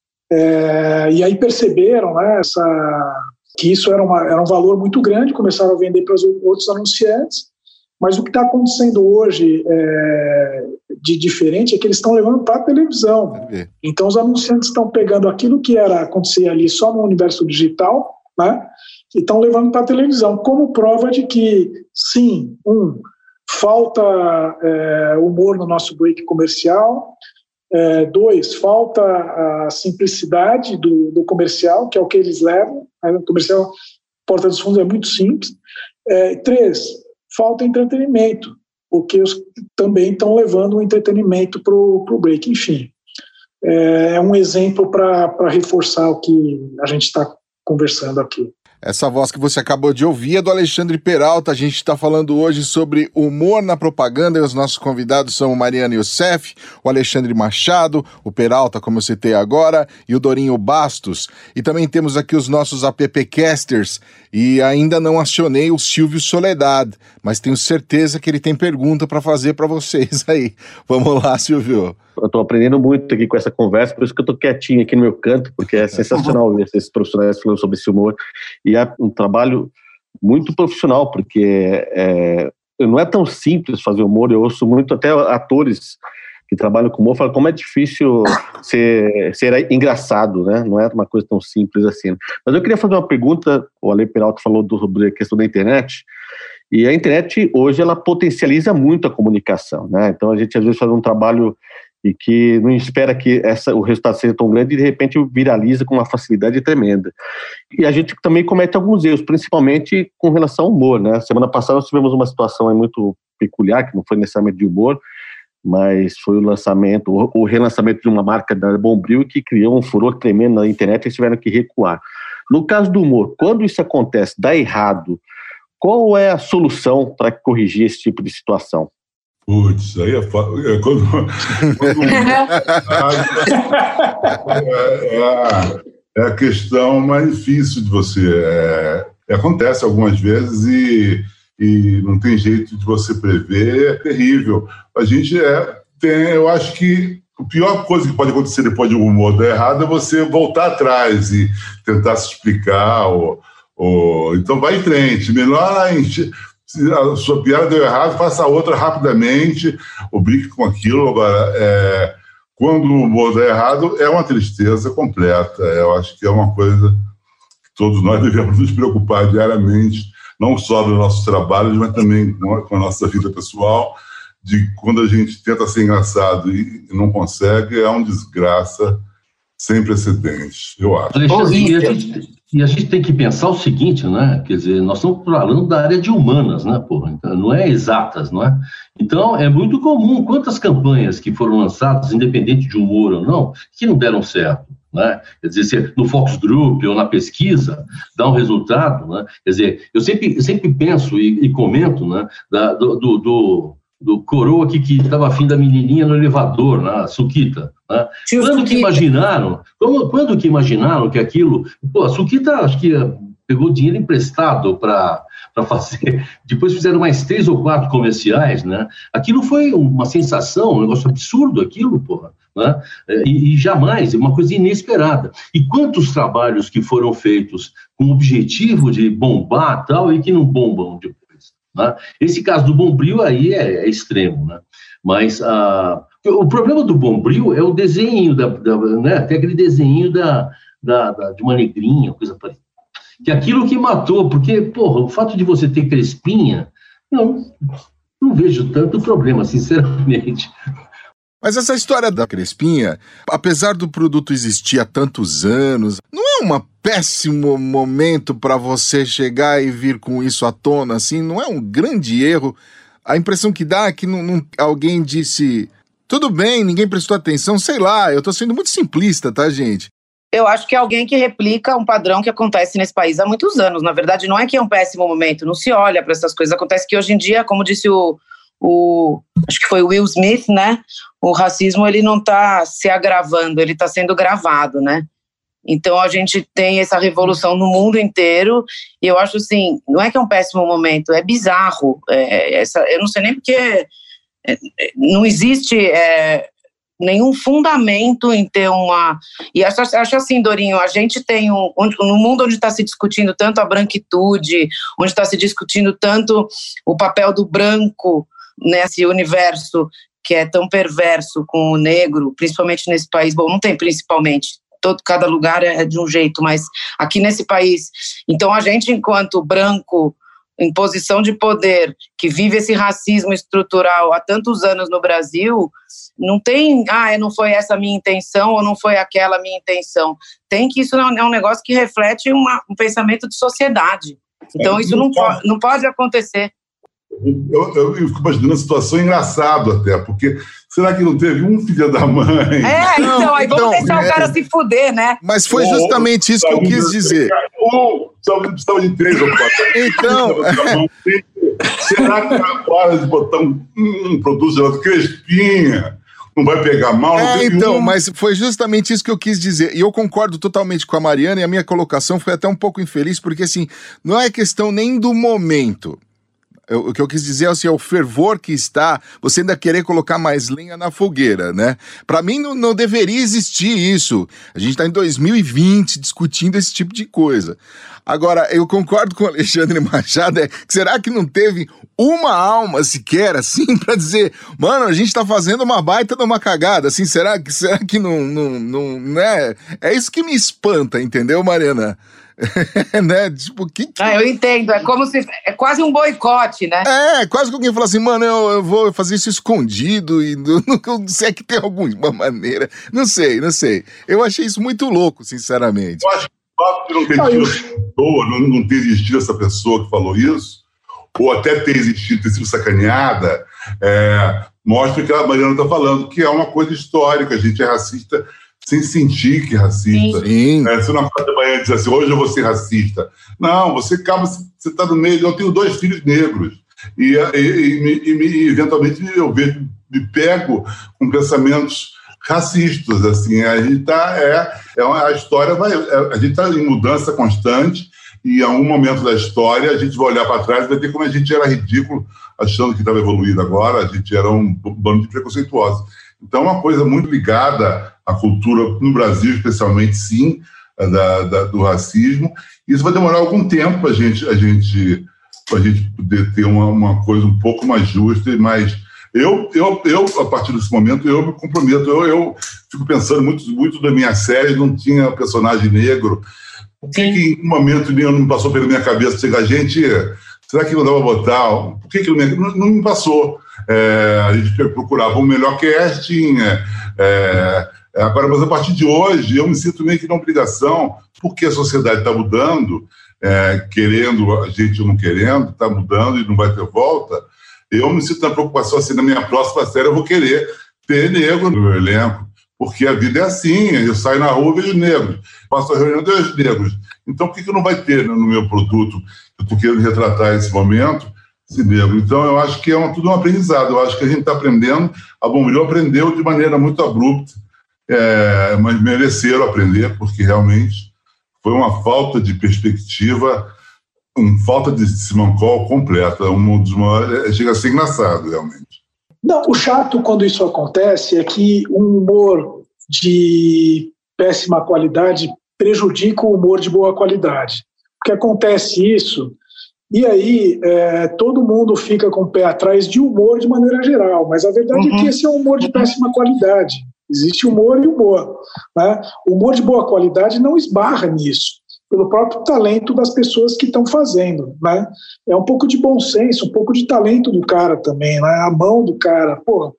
é, e aí perceberam, né, essa, que isso era, uma, era um valor muito grande, começaram a vender para os outros anunciantes, mas o que está acontecendo hoje é, de diferente é que eles estão levando para a televisão. Então, os anunciantes estão pegando aquilo que era acontecer ali só no universo digital, né, e estão levando para a televisão, como prova de que, sim, um, falta é, humor no nosso break comercial, é, dois, falta a simplicidade do, do comercial, que é o que eles levam, né? O comercial Porta dos Fundos é muito simples, é, três, falta entretenimento, porque os também estão levando o entretenimento para o break, enfim. É, é um exemplo para reforçar o que a gente está conversando aqui. Essa voz que você acabou de ouvir é do Alexandre Peralta. A gente está falando hoje sobre humor na propaganda e os nossos convidados são o Mariana Youssef, o Alexandre Machado, o Peralta, como eu citei agora, e o Dorinho Bastos. E também temos aqui os nossos appcasters e ainda não acionei o Silvio Soledad, mas tenho certeza que ele tem pergunta para fazer para vocês aí. Vamos lá, Silvio. Eu estou aprendendo muito aqui com essa conversa, por isso que eu estou quietinho aqui no meu canto, porque é sensacional ver esses profissionais falando sobre esse humor. E é um trabalho muito profissional, porque é, não é tão simples fazer humor. Eu ouço muito até atores que trabalham com humor falam como é difícil ser, ser engraçado, né? Não é uma coisa tão simples assim. Mas eu queria fazer uma pergunta, o Ale Peralta falou do, sobre a questão da internet, e a internet hoje ela potencializa muito a comunicação, né? Então a gente às vezes faz um trabalho e que não espera que essa, o resultado seja tão grande e de repente viraliza com uma facilidade tremenda. E a gente também comete alguns erros, principalmente com relação ao humor, né? Semana passada nós tivemos uma situação aí muito peculiar, que não foi necessariamente de humor, mas foi o lançamento, o, o relançamento de uma marca da Bombril que criou um furor tremendo na internet e eles tiveram que recuar. No caso do humor, quando isso acontece, dá errado, qual é a solução para corrigir esse tipo de situação? Putz, aí é, é quando, quando é, é, a, é a questão mais difícil de você. É, acontece algumas vezes e, e não tem jeito de você prever, é terrível. A gente é, tem, eu acho que a pior coisa que pode acontecer depois de um humor dar errado é você voltar atrás e tentar se explicar. Ou, ou, então vai em frente, melhor encher. Se a sua piada deu errado, faça outra rapidamente, ou brinque com aquilo. Agora, é, quando o humor dá errado, é uma tristeza completa. Eu acho que é uma coisa que todos nós devemos nos preocupar diariamente, não só dos nossos trabalhos, mas também com a nossa vida pessoal, de quando a gente tenta ser engraçado e não consegue, é uma desgraça sem precedentes, eu acho. Alexandre, e, a gente, e a gente tem que pensar o seguinte, né? Quer dizer, nós estamos falando da área de humanas, né, porra? Então, não é exatas, não é? Então, é muito comum, quantas campanhas que foram lançadas, independente de humor ou não, que não deram certo, né? Quer dizer, se no Fox Group ou na pesquisa, dá um resultado, né? Quer dizer, eu sempre, eu sempre penso e, e comento, né, da, do... do, do do coroa aqui que estava afim da menininha no elevador, na Suquita. Né? Quando que imaginaram, como, quando que imaginaram que aquilo... Pô, a Suquita, acho que pegou dinheiro emprestado para fazer... Depois fizeram mais três ou quatro comerciais, né? Aquilo foi uma sensação, um negócio absurdo aquilo, porra. Né? E, e jamais, é uma coisa inesperada. E quantos trabalhos que foram feitos com o objetivo de bombar tal e que não bombam depois? né? Esse caso do Bombril aí é, é extremo, né? Mas ah, o problema do Bombril é o desenho, da, da, né? Até aquele desenho da, da, da, de uma negrinha, coisa parecida. Que é aquilo que matou, porque, porra, o fato de você ter crespinha, não, não vejo tanto problema, sinceramente. Mas essa história da crespinha, apesar do produto existir há tantos anos, não é um péssimo momento para você chegar e vir com isso à tona, assim? Não é um grande erro? A impressão que dá é que não, não, alguém disse, tudo bem, ninguém prestou atenção, sei lá, eu estou sendo muito simplista, tá, gente? Eu acho que é alguém que replica um padrão que acontece nesse país há muitos anos. Na verdade, não é que é um péssimo momento, não se olha para essas coisas. Acontece que hoje em dia, como disse o, o acho que foi o Will Smith, né? O racismo, ele não está se agravando, ele está sendo gravado, né? Então, a gente tem essa revolução no mundo inteiro, e eu acho assim, não é que é um péssimo momento, é bizarro. É, essa, eu não sei nem porque é, não existe é, nenhum fundamento em ter uma... E acho, acho assim, Dorinho, a gente tem um... Onde, no mundo onde está se discutindo tanto a branquitude, onde está se discutindo tanto o papel do branco nesse universo que é tão perverso com o negro, principalmente nesse país, bom, não tem principalmente, todo, cada lugar é de um jeito, mas aqui nesse país, então a gente enquanto branco, em posição de poder, que vive esse racismo estrutural há tantos anos no Brasil, não tem, ah, não foi essa a minha intenção ou não foi aquela a minha intenção, tem que isso é um negócio que reflete uma, um pensamento de sociedade, então isso não, não pode acontecer. Eu, eu, eu fico imaginando a situação engraçada até, porque será que não teve um filho da mãe? É, então, não, aí vamos então, deixar é, o cara se fuder, né? Mas foi justamente ou, isso que eu quis dizer. Ou precisava de três ou quatro. Então... Será que na hora de botar um, um produto chamado crespinha não vai pegar mal? É, então, um... mas foi justamente isso que eu quis dizer. E eu concordo totalmente com a Mariana, e a minha colocação foi até um pouco infeliz, porque assim, não é questão nem do momento. Eu, o que eu quis dizer é, assim, é o fervor que está, você ainda querer colocar mais lenha na fogueira, né? Para mim não, não deveria existir isso. A gente está em dois mil e vinte discutindo esse tipo de coisa. Agora, eu concordo com o Alexandre Machado, é, será que não teve uma alma sequer, assim, para dizer, mano, a gente tá fazendo uma baita de uma cagada, assim, será que, será que não, não, não, né? É isso que me espanta, entendeu, Mariana? né? Tipo, que, que... Ah, eu entendo, é como se é quase um boicote, né? É, quase que alguém fala assim, mano, eu, eu vou fazer isso escondido e não, não sei é que tem alguma maneira, não sei, não sei. Eu achei isso muito louco, sinceramente. Eu acho que o fato de não ter tido essa pessoa, não, não ter existido essa pessoa que falou isso, ou até ter existido, ter sido sacaneada, é, mostra o que a Mariana está falando, que é uma coisa histórica, a gente é racista sem sentir que é racista. Sim. É, você não pode amanhã dizer assim, hoje eu vou ser racista. Não, você acaba, você está no meio, eu tenho dois filhos negros, e, e, e, e, e eventualmente eu vejo, me pego com pensamentos racistas, assim, a gente tá, é, é uma, a história vai, é, a gente está em mudança constante, e em algum momento da história a gente vai olhar para trás e vai ver como a gente era ridículo, achando que estava evoluído agora, a gente era um bando de preconceituosos. Então é uma coisa muito ligada à cultura, no Brasil especialmente, sim, da, da, do racismo. Isso vai demorar algum tempo para a gente, a gente, a gente poder ter uma, uma coisa um pouco mais justa e mais... Eu, eu, eu, a partir desse momento, eu me comprometo. Eu, eu fico pensando, muito, muito da minha série não tinha personagem negro. Por que, que em um momento nenhum não me passou pela minha cabeça chegar, gente, será que não dá para botar? Por que, que não, não, não me passou? É, a gente procurava um melhor casting. É, é, agora, mas a partir de hoje, eu me sinto meio que na obrigação, porque a sociedade está mudando, é, querendo, a gente não querendo, está mudando e não vai ter volta. Eu me sinto na preocupação assim, na minha próxima série eu vou querer ter negro no meu elenco, porque a vida é assim, eu saio na rua e vejo negros, passo a reunião e vejo negros. Então, por que, que não vai ter no meu produto? Eu estou querendo retratar esse momento, esse negro. Então, eu acho que é uma, tudo um aprendizado. Eu acho que a gente está aprendendo, a Bombril aprendeu de maneira muito abrupta, é, mas mereceram aprender, porque realmente foi uma falta de perspectiva, uma falta de simancol completa, um dos maiores, chega a ser engraçado, realmente. Não, o chato quando isso acontece é que um humor de péssima qualidade prejudica o humor de boa qualidade. Porque acontece isso E aí é, todo mundo fica com o pé atrás de humor de maneira geral, mas a verdade uhum. é que esse é um humor de péssima qualidade. Existe humor e humor, né? O humor de boa qualidade não esbarra nisso, pelo próprio talento das pessoas que estão fazendo, né? É um pouco de bom senso, um pouco de talento do cara também, né? A mão do cara, pô,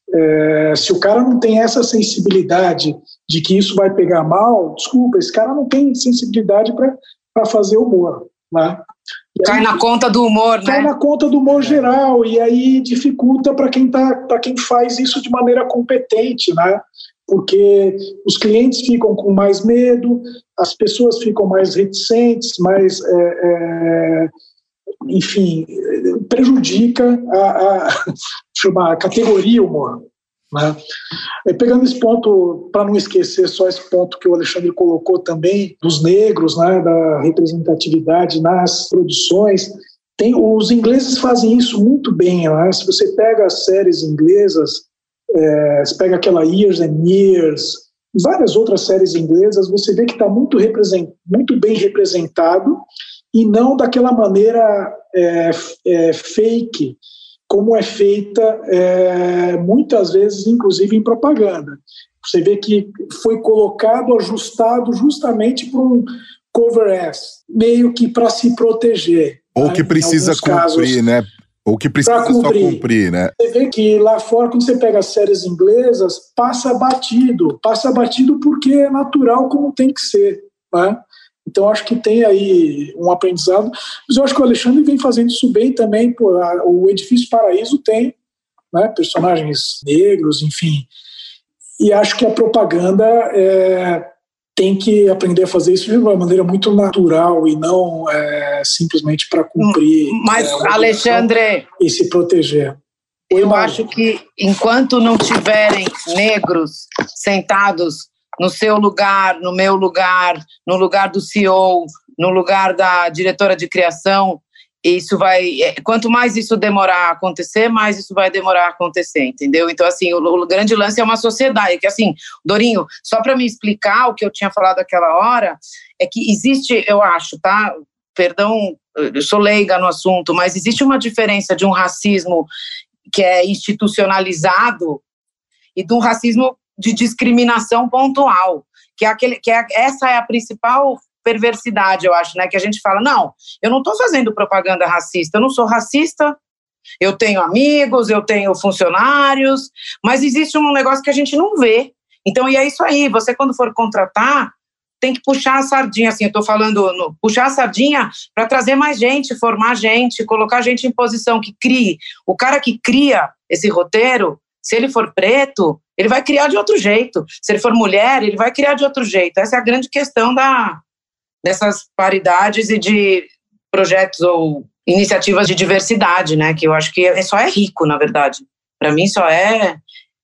é, se o cara não tem essa sensibilidade de que isso vai pegar mal, desculpa, esse cara não tem sensibilidade para fazer humor, né? Cai na conta do humor, né? Cai na conta do humor geral, e aí dificulta para quem, tá, para quem faz isso de maneira competente, né? Porque os clientes ficam com mais medo, as pessoas ficam mais reticentes, mais, é, é, enfim, prejudica a, a, chama, a categoria humor, né? E pegando esse ponto, para não esquecer só esse ponto que o Alexandre colocou também, dos negros, né, da representatividade nas produções, tem, os ingleses fazem isso muito bem, né? Se você pega as séries inglesas, é, você pega aquela Years and Years, várias outras séries inglesas, você vê que está muito, represent, muito bem representado e não daquela maneira é, é, fake, como é feita é, muitas vezes, inclusive em propaganda. Você vê que foi colocado, ajustado justamente para um cover-S, meio que para se proteger. Ou né? que precisa cumprir, casos, né? Ou que precisa só cumprir, né? Você vê que lá fora, quando você pega as séries inglesas, passa batido. Passa batido porque é natural como tem que ser, né? Então, acho que tem aí um aprendizado. Mas eu acho que o Alexandre vem fazendo isso bem também. Pô, a, o Edifício Paraíso tem, né, personagens negros, enfim. E acho que a propaganda é, tem que aprender a fazer isso de uma maneira muito natural e não é, simplesmente para cumprir. Mas, é, Alexandre... E se proteger. Eu acho que enquanto não tiverem negros sentados no seu lugar, no meu lugar, no lugar do C E O, no lugar da diretora de criação, isso vai... Quanto mais isso demorar a acontecer, mais isso vai demorar a acontecer, entendeu? Então, assim, o, o grande lance é uma sociedade, que assim, Dorinho, só para me explicar o que eu tinha falado aquela hora, é que existe, eu acho, tá? Perdão, eu sou leiga no assunto, mas existe uma diferença de um racismo que é institucionalizado e de um racismo de discriminação pontual, que é aquele, que é, essa é a principal perversidade, eu acho, né? Que a gente fala, não, eu não estou fazendo propaganda racista, eu não sou racista, eu tenho amigos, eu tenho funcionários, mas existe um negócio que a gente não vê. Então, e é isso aí, você quando for contratar, tem que puxar a sardinha, assim, eu estou falando, no, puxar a sardinha para trazer mais gente, formar gente, colocar gente em posição que crie. O cara que cria esse roteiro, se ele for preto, ele vai criar de outro jeito. Se ele for mulher, ele vai criar de outro jeito. Essa é a grande questão da, dessas paridades e de projetos ou iniciativas de diversidade, né? Que eu acho que é, só é rico, na verdade. Para mim, só é...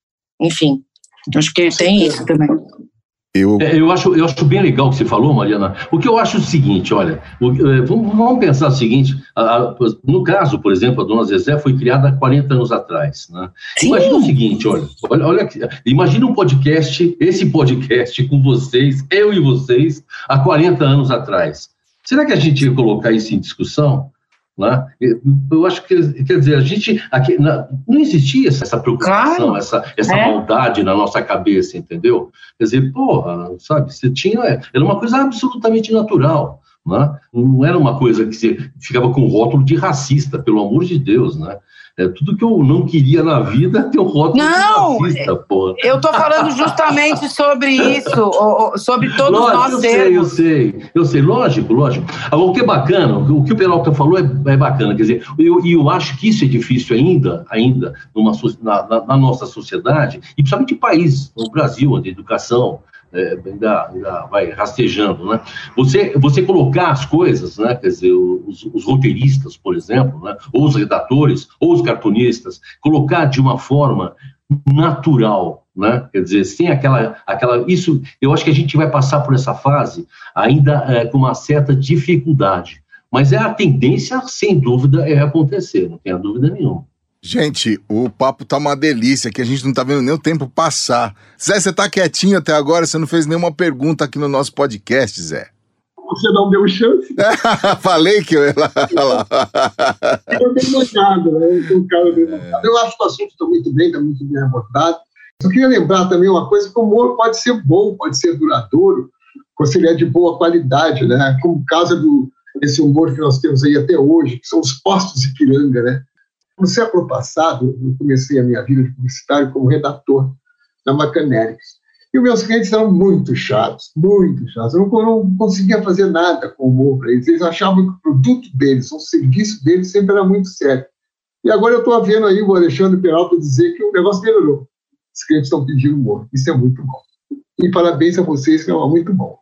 Enfim, acho que tem isso também. Eu... É, eu, acho, eu acho bem legal o que você falou, Mariana. O que eu acho é o seguinte, olha, o, é, vamos, vamos pensar o seguinte, a, a, no caso, por exemplo, a Dona Zezé foi criada há quarenta anos atrás, né? Imagina o seguinte, olha, olha, olha, imagina um podcast, esse podcast com vocês, eu e vocês, há quarenta anos atrás. Será que a gente ia colocar isso em discussão? Né? Eu acho que, quer dizer, a gente, aqui, na, não existia essa preocupação, claro. essa, essa é. maldade na nossa cabeça, entendeu? Quer dizer, porra, sabe, você tinha, era uma coisa absolutamente natural, né? Não era uma coisa que você ficava com rótulo de racista, pelo amor de Deus, né? É, tudo que eu não queria na vida ter um rótulo não, de racista, porra. Eu tô falando justamente sobre isso, sobre todos lógico, nós eu sermos. sei, eu sei, eu sei, lógico, lógico. Agora, o que é bacana, o que o Peralta falou é, é bacana, quer dizer, eu, eu acho que isso é difícil ainda, ainda numa, na, na, na nossa sociedade, e principalmente em países, no Brasil, onde a educação é, ainda, ainda vai rastejando, né? Você, você colocar as coisas, né? Quer dizer, os, os roteiristas, por exemplo, né? Ou os redatores, ou os cartunistas, colocar de uma forma natural, né? Quer dizer, sem aquela, aquela... Isso, eu acho que a gente vai passar por essa fase ainda é, com uma certa dificuldade, mas é a tendência, sem dúvida, é acontecer, não tenha dúvida nenhuma. Gente, o papo tá uma delícia, que a gente não tá vendo nem o tempo passar. Zé, você tá quietinho até agora, você não fez nenhuma pergunta aqui no nosso podcast, Zé. você não deu chance. Falei que eu ia lá. Eu bem notado, né? Eu sou um cara bem notado. Eu acho que o assunto está muito bem, está muito bem abordado. Eu queria lembrar também uma coisa, que o humor pode ser bom, pode ser duradouro, se ele é de boa qualidade, né? Como o caso do, desse humor que nós temos aí até hoje, que são os postos de Ipiranga, né? No século passado, eu comecei a minha vida de publicitário como redator na Macanérics. E os meus clientes eram muito chatos, muito chatos. Eu não, não conseguia fazer nada com humor para eles. Eles achavam que o produto deles, o serviço deles sempre era muito sério. E agora eu estou vendo aí o Alexandre Peralta dizer que o negócio melhorou. Os clientes estão pedindo humor. Isso é muito bom. E parabéns a vocês, que é muito bom.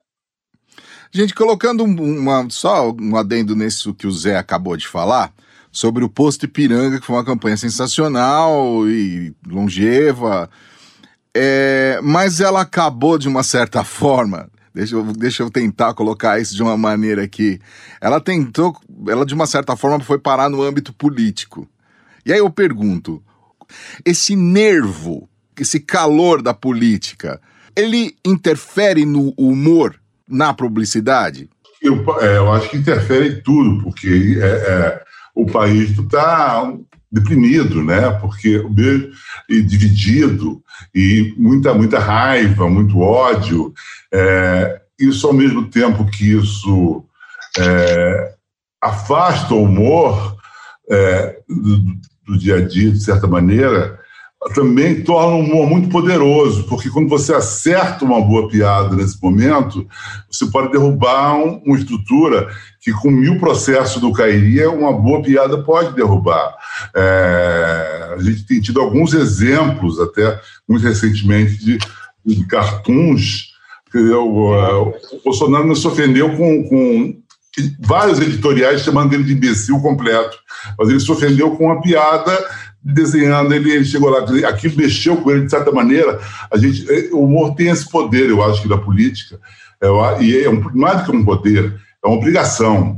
Gente, colocando uma, só um adendo nisso que o Zé acabou de falar, sobre o Posto Ipiranga, que foi uma campanha sensacional e longeva, é, mas ela acabou de uma certa forma, deixa eu, deixa eu tentar colocar isso de uma maneira aqui, ela tentou, ela de uma certa forma foi parar no âmbito político. E aí eu pergunto, esse nervo, esse calor da política, ele interfere no humor, na publicidade? Eu, é, eu acho que interfere em tudo, porque é, é, o país está deprimido, né? Porque e dividido, e muita, muita raiva, muito ódio. É, isso, ao mesmo tempo que isso é, afasta o humor é, do, do dia a dia, de certa maneira, também torna o humor muito poderoso, porque quando você acerta uma boa piada nesse momento, você pode derrubar um, uma estrutura que com mil processos não cairia, uma boa piada pode derrubar. É, a gente tem tido alguns exemplos, até muito recentemente, de, de cartoons. Que eu, uh, o Bolsonaro não se ofendeu com, com vários editoriais chamando ele de imbecil completo, mas ele se ofendeu com uma piada desenhando, ele, ele chegou lá, aquilo mexeu com ele de certa maneira. A gente, o humor tem esse poder, eu acho, que da política, é, e é um, mais do que um poder, é uma obrigação.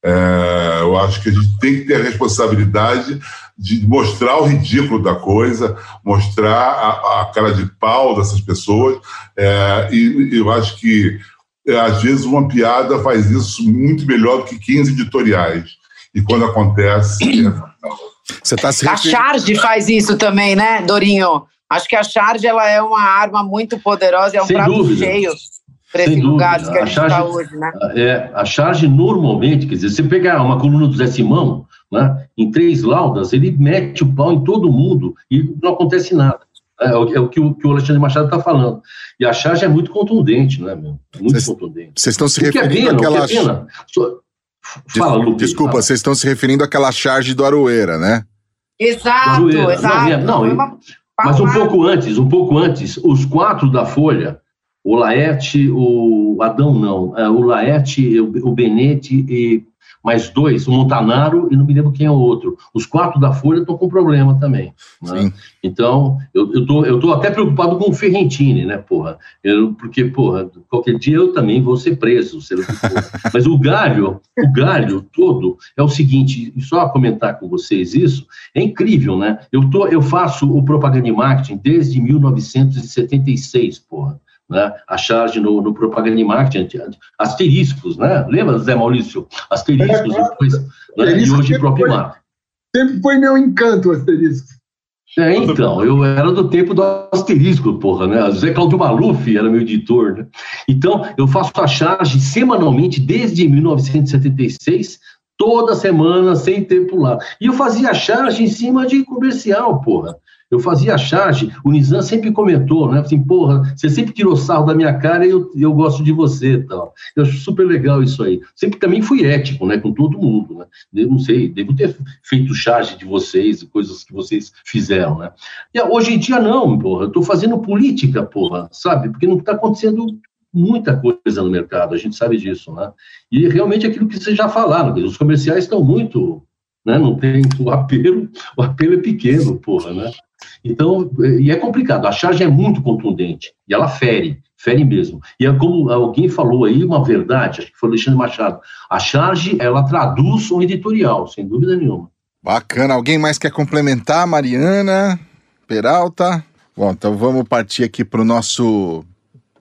É, eu acho que a gente tem que ter a responsabilidade de mostrar o ridículo da coisa, mostrar a, a cara de pau dessas pessoas, é, e eu acho que é, às vezes uma piada faz isso muito melhor do que quinze editoriais, e quando acontece... É, Você tá se a Charge faz isso também, né, Dorinho? Acho que a Charge ela é uma arma muito poderosa, é um Sem prato dúvida. cheio para esses Sem lugares dúvida. que a, A gente Charge- está hoje, né? É, a Charge normalmente, quer dizer, você pegar uma coluna do Zé Simão, né, em três laudas, ele mete o pau em todo mundo e não acontece nada. É, o, é o, que o que o Alexandre Machado está falando. E a Charge é muito contundente, né, meu? Muito Cês- contundente. Vocês estão se O que é referindo pena, o que àquela... é pena. Só- Fala, Lupe. Desculpa, fala. vocês estão se referindo àquela charge do Aroeira, né? Exato, Barueira. exato. Não, é- não, Foi e- uma Mas um palavra- pouco antes, um pouco antes, os quatro da Folha, o Laerte, o Adão não, é, o Laerte, o, o Benete e mais dois, o Montanaro e não me lembro quem é o outro. Os quatro da Folha estão com problema também. Né? Sim. Então, eu, eu, tô, eu tô até preocupado com o Ferrentini, né, porra? Eu, porque, porra, qualquer dia eu também vou ser preso, sei lá o que for. Mas o galho, o galho todo é o seguinte, e só comentar com vocês isso, é incrível, né? Eu, tô, eu faço o Propaganda e Marketing desde mil novecentos e setenta e seis, porra. Né? A Charge no, no Propaganda e Marketing, asteriscos, né? Lembra, Zé Maurício? Asteriscos, É, claro. depois, né? E Asterisco hoje sempre próprio foi- marketing. Sempre foi meu encanto o asterisco. É, então, eu era do tempo do asterisco, porra, né? Zé Cláudio Maluf era meu editor, né? Então, eu faço a Charge semanalmente desde mil novecentos e setenta e seis, toda semana, sem tempo lá. E eu fazia a Charge em cima de comercial, porra. Eu fazia a Charge, o Nizam sempre comentou, né? Assim, porra, você sempre tirou sarro da minha cara e eu, eu gosto de você e tal. Eu acho super legal isso aí. Sempre também fui ético, né? Com todo mundo, né? Eu não sei, devo ter feito Charge de vocês e coisas que vocês fizeram, né? E hoje em dia não, porra. Eu tô fazendo política, porra, sabe? Porque não tá acontecendo muita coisa no mercado, a gente sabe disso, né? E realmente aquilo que vocês já falaram, os comerciais estão muito, né? Não tem o apelo, o apelo é pequeno, porra, né? Então, e é complicado, a Charge é muito contundente, e ela fere, fere mesmo. E é como alguém falou aí, uma verdade, acho que foi o Alexandre Machado, a Charge, ela traduz um editorial, sem dúvida nenhuma. Bacana. Alguém mais quer complementar? Mariana, Peralta? Bom, então vamos partir aqui para o nosso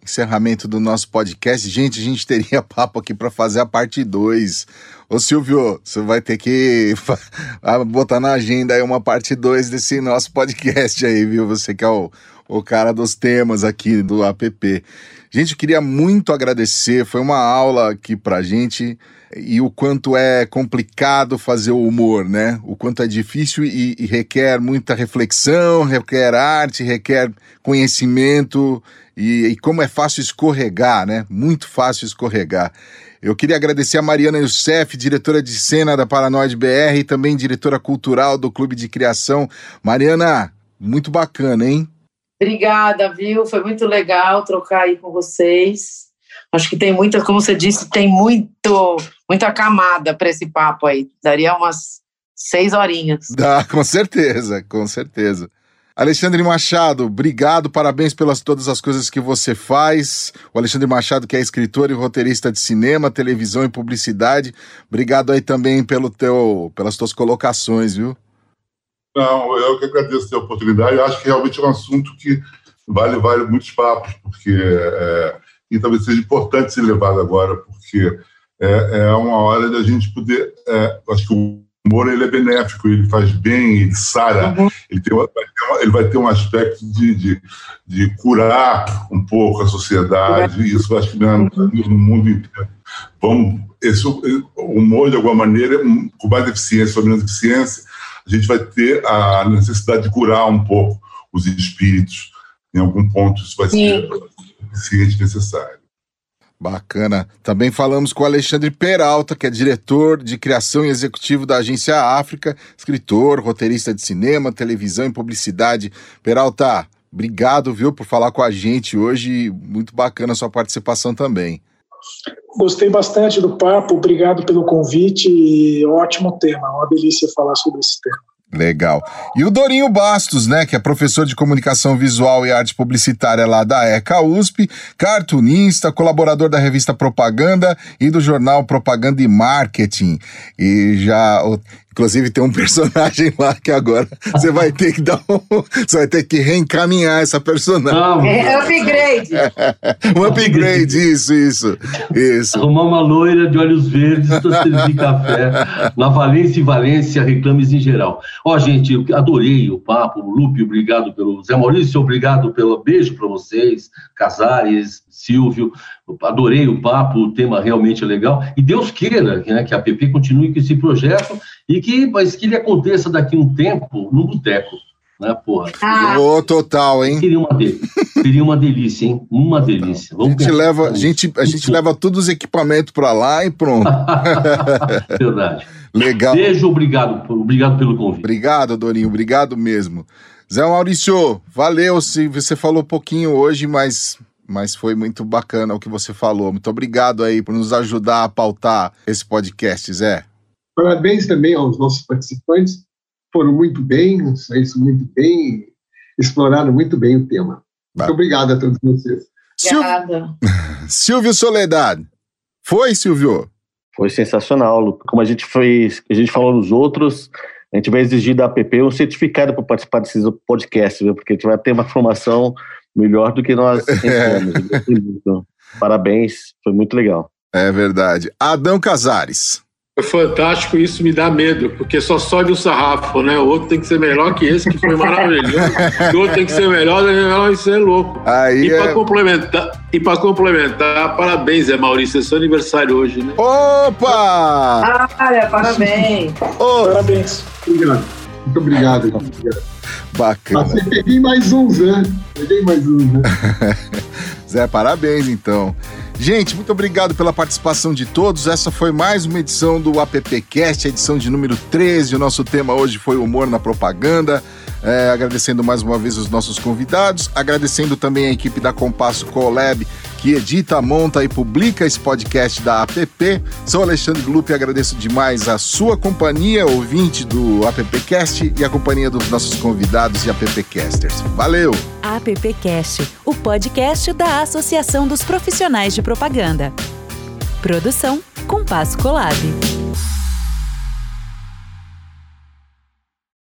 encerramento do nosso podcast. Gente, a gente teria papo aqui para fazer a parte dois. Ô Silvio, você vai ter que botar na agenda aí uma parte dois desse nosso podcast aí, viu? Você que é o, o cara dos temas aqui do A P P. Gente, eu queria muito agradecer, foi uma aula aqui pra gente, e o quanto é complicado fazer o humor, né? O quanto é difícil e, e requer muita reflexão, requer arte, requer conhecimento, e, e como é fácil escorregar, né? Muito fácil escorregar. Eu queria agradecer a Mariana Youssef, diretora de cena da Paranoide B R e também diretora cultural do Clube de Criação. Mariana, muito bacana, hein? Obrigada, viu? Foi muito legal trocar aí com vocês. Acho que tem muita, como você disse, tem muito, muita camada para esse papo aí. Daria umas seis horinhas. Dá, com certeza, com certeza. Alexandre Machado, obrigado, parabéns pelas todas as coisas que você faz. O Alexandre Machado, que é escritor e roteirista de cinema, televisão e publicidade. Obrigado aí também pelo teu, pelas tuas colocações, viu? Não, eu que agradeço a oportunidade. Eu acho que realmente é um assunto que vale, vale muitos papos, porque é, e talvez seja importante ser levado agora, porque é, é uma hora da gente poder... É, acho que o humor ele é benéfico, ele faz bem, ele sara, uhum. ele, tem, vai ter, ele vai ter um aspecto de, de, de curar um pouco a sociedade, uhum. Isso acho que no, no mundo inteiro. Vamos, esse, o humor, de alguma maneira, com mais eficiência ou menos eficiência, a gente vai ter a necessidade de curar um pouco os espíritos. Em algum ponto isso vai ser eficiente e necessário. Bacana. Também falamos com o Alexandre Peralta, que é diretor de criação e executivo da Agência África, escritor, roteirista de cinema, televisão e publicidade. Peralta, obrigado, viu, por falar com a gente hoje. Muito bacana a sua participação também. Gostei bastante do papo, obrigado pelo convite e ótimo tema, uma delícia falar sobre esse tema. Legal. E o Dorinho Bastos, né, que é professor de comunicação visual e arte publicitária lá da ECA U S P, cartunista, colaborador da revista Propaganda e do jornal Propaganda e Marketing. E já, inclusive, tem um personagem lá que agora você vai ter que dar um, você vai ter que reencaminhar essa personagem. É upgrade. Um upgrade, isso, isso, isso. Arrumar uma loira de olhos verdes para servir café na Valência e Valência, reclames em geral. Ó, gente, eu adorei o papo. Lupe, obrigado pelo... Zé Maurício, obrigado pelo beijo para vocês. Casares, Silvio, adorei o papo, o tema realmente é legal. E Deus queira, né, que a A P P continue com esse projeto e que, mas que ele aconteça daqui a um tempo no boteco. Né, porra? Ah. Oh, total, hein? Seria uma, de... Seria uma delícia, hein? Uma delícia. Vamos a gente, leva, a gente, a gente leva todos os equipamentos para lá e pronto. Verdade. Legal. Beijo, obrigado, obrigado pelo convite. Obrigado, Dorinho, obrigado mesmo. Zé Maurício, valeu, se você falou pouquinho hoje, mas, mas foi muito bacana o que você falou. Muito obrigado aí por nos ajudar a pautar esse podcast, Zé. Parabéns também aos nossos participantes, foram muito bem, saíram muito bem, exploraram muito bem o tema. Muito obrigado a todos vocês. Obrigada. Silvio Soledade, foi, Silvio? Foi sensacional. Como a gente fez, a gente falou nos outros, a gente vai exigir da A P P um certificado para participar desses podcasts, viu? Porque a gente vai ter uma formação melhor do que nós temos. Então, parabéns, foi muito legal. É verdade. Adão Casares. Foi fantástico, isso me dá medo, porque só sobe o sarrafo, né? O outro tem que ser melhor que esse, que foi maravilhoso. O outro tem que ser melhor, melhor isso é louco. Aí e é... para complementar, e para complementar, parabéns, Zé Maurício, é seu aniversário hoje, né? Opa! Ah, é, parabéns. Oh. Parabéns. Obrigado. Muito obrigado. Muito obrigado. Bacana. Mas peguei mais uns, né? Peguei mais uns, né? Zé, parabéns, então. Gente, muito obrigado pela participação de todos. Essa foi mais uma edição do AppCast, a edição de número treze. O nosso tema hoje foi humor na propaganda. É, agradecendo mais uma vez os nossos convidados, agradecendo também a equipe da Compasso Colab, que edita, monta e publica esse podcast da A P P. Sou Alexandre Lupe e agradeço demais a sua companhia, ouvinte do AppCast, e a companhia dos nossos convidados e AppCasters. Valeu! AppCast, o podcast da Associação dos Profissionais de Propaganda. Produção Compasso Colab.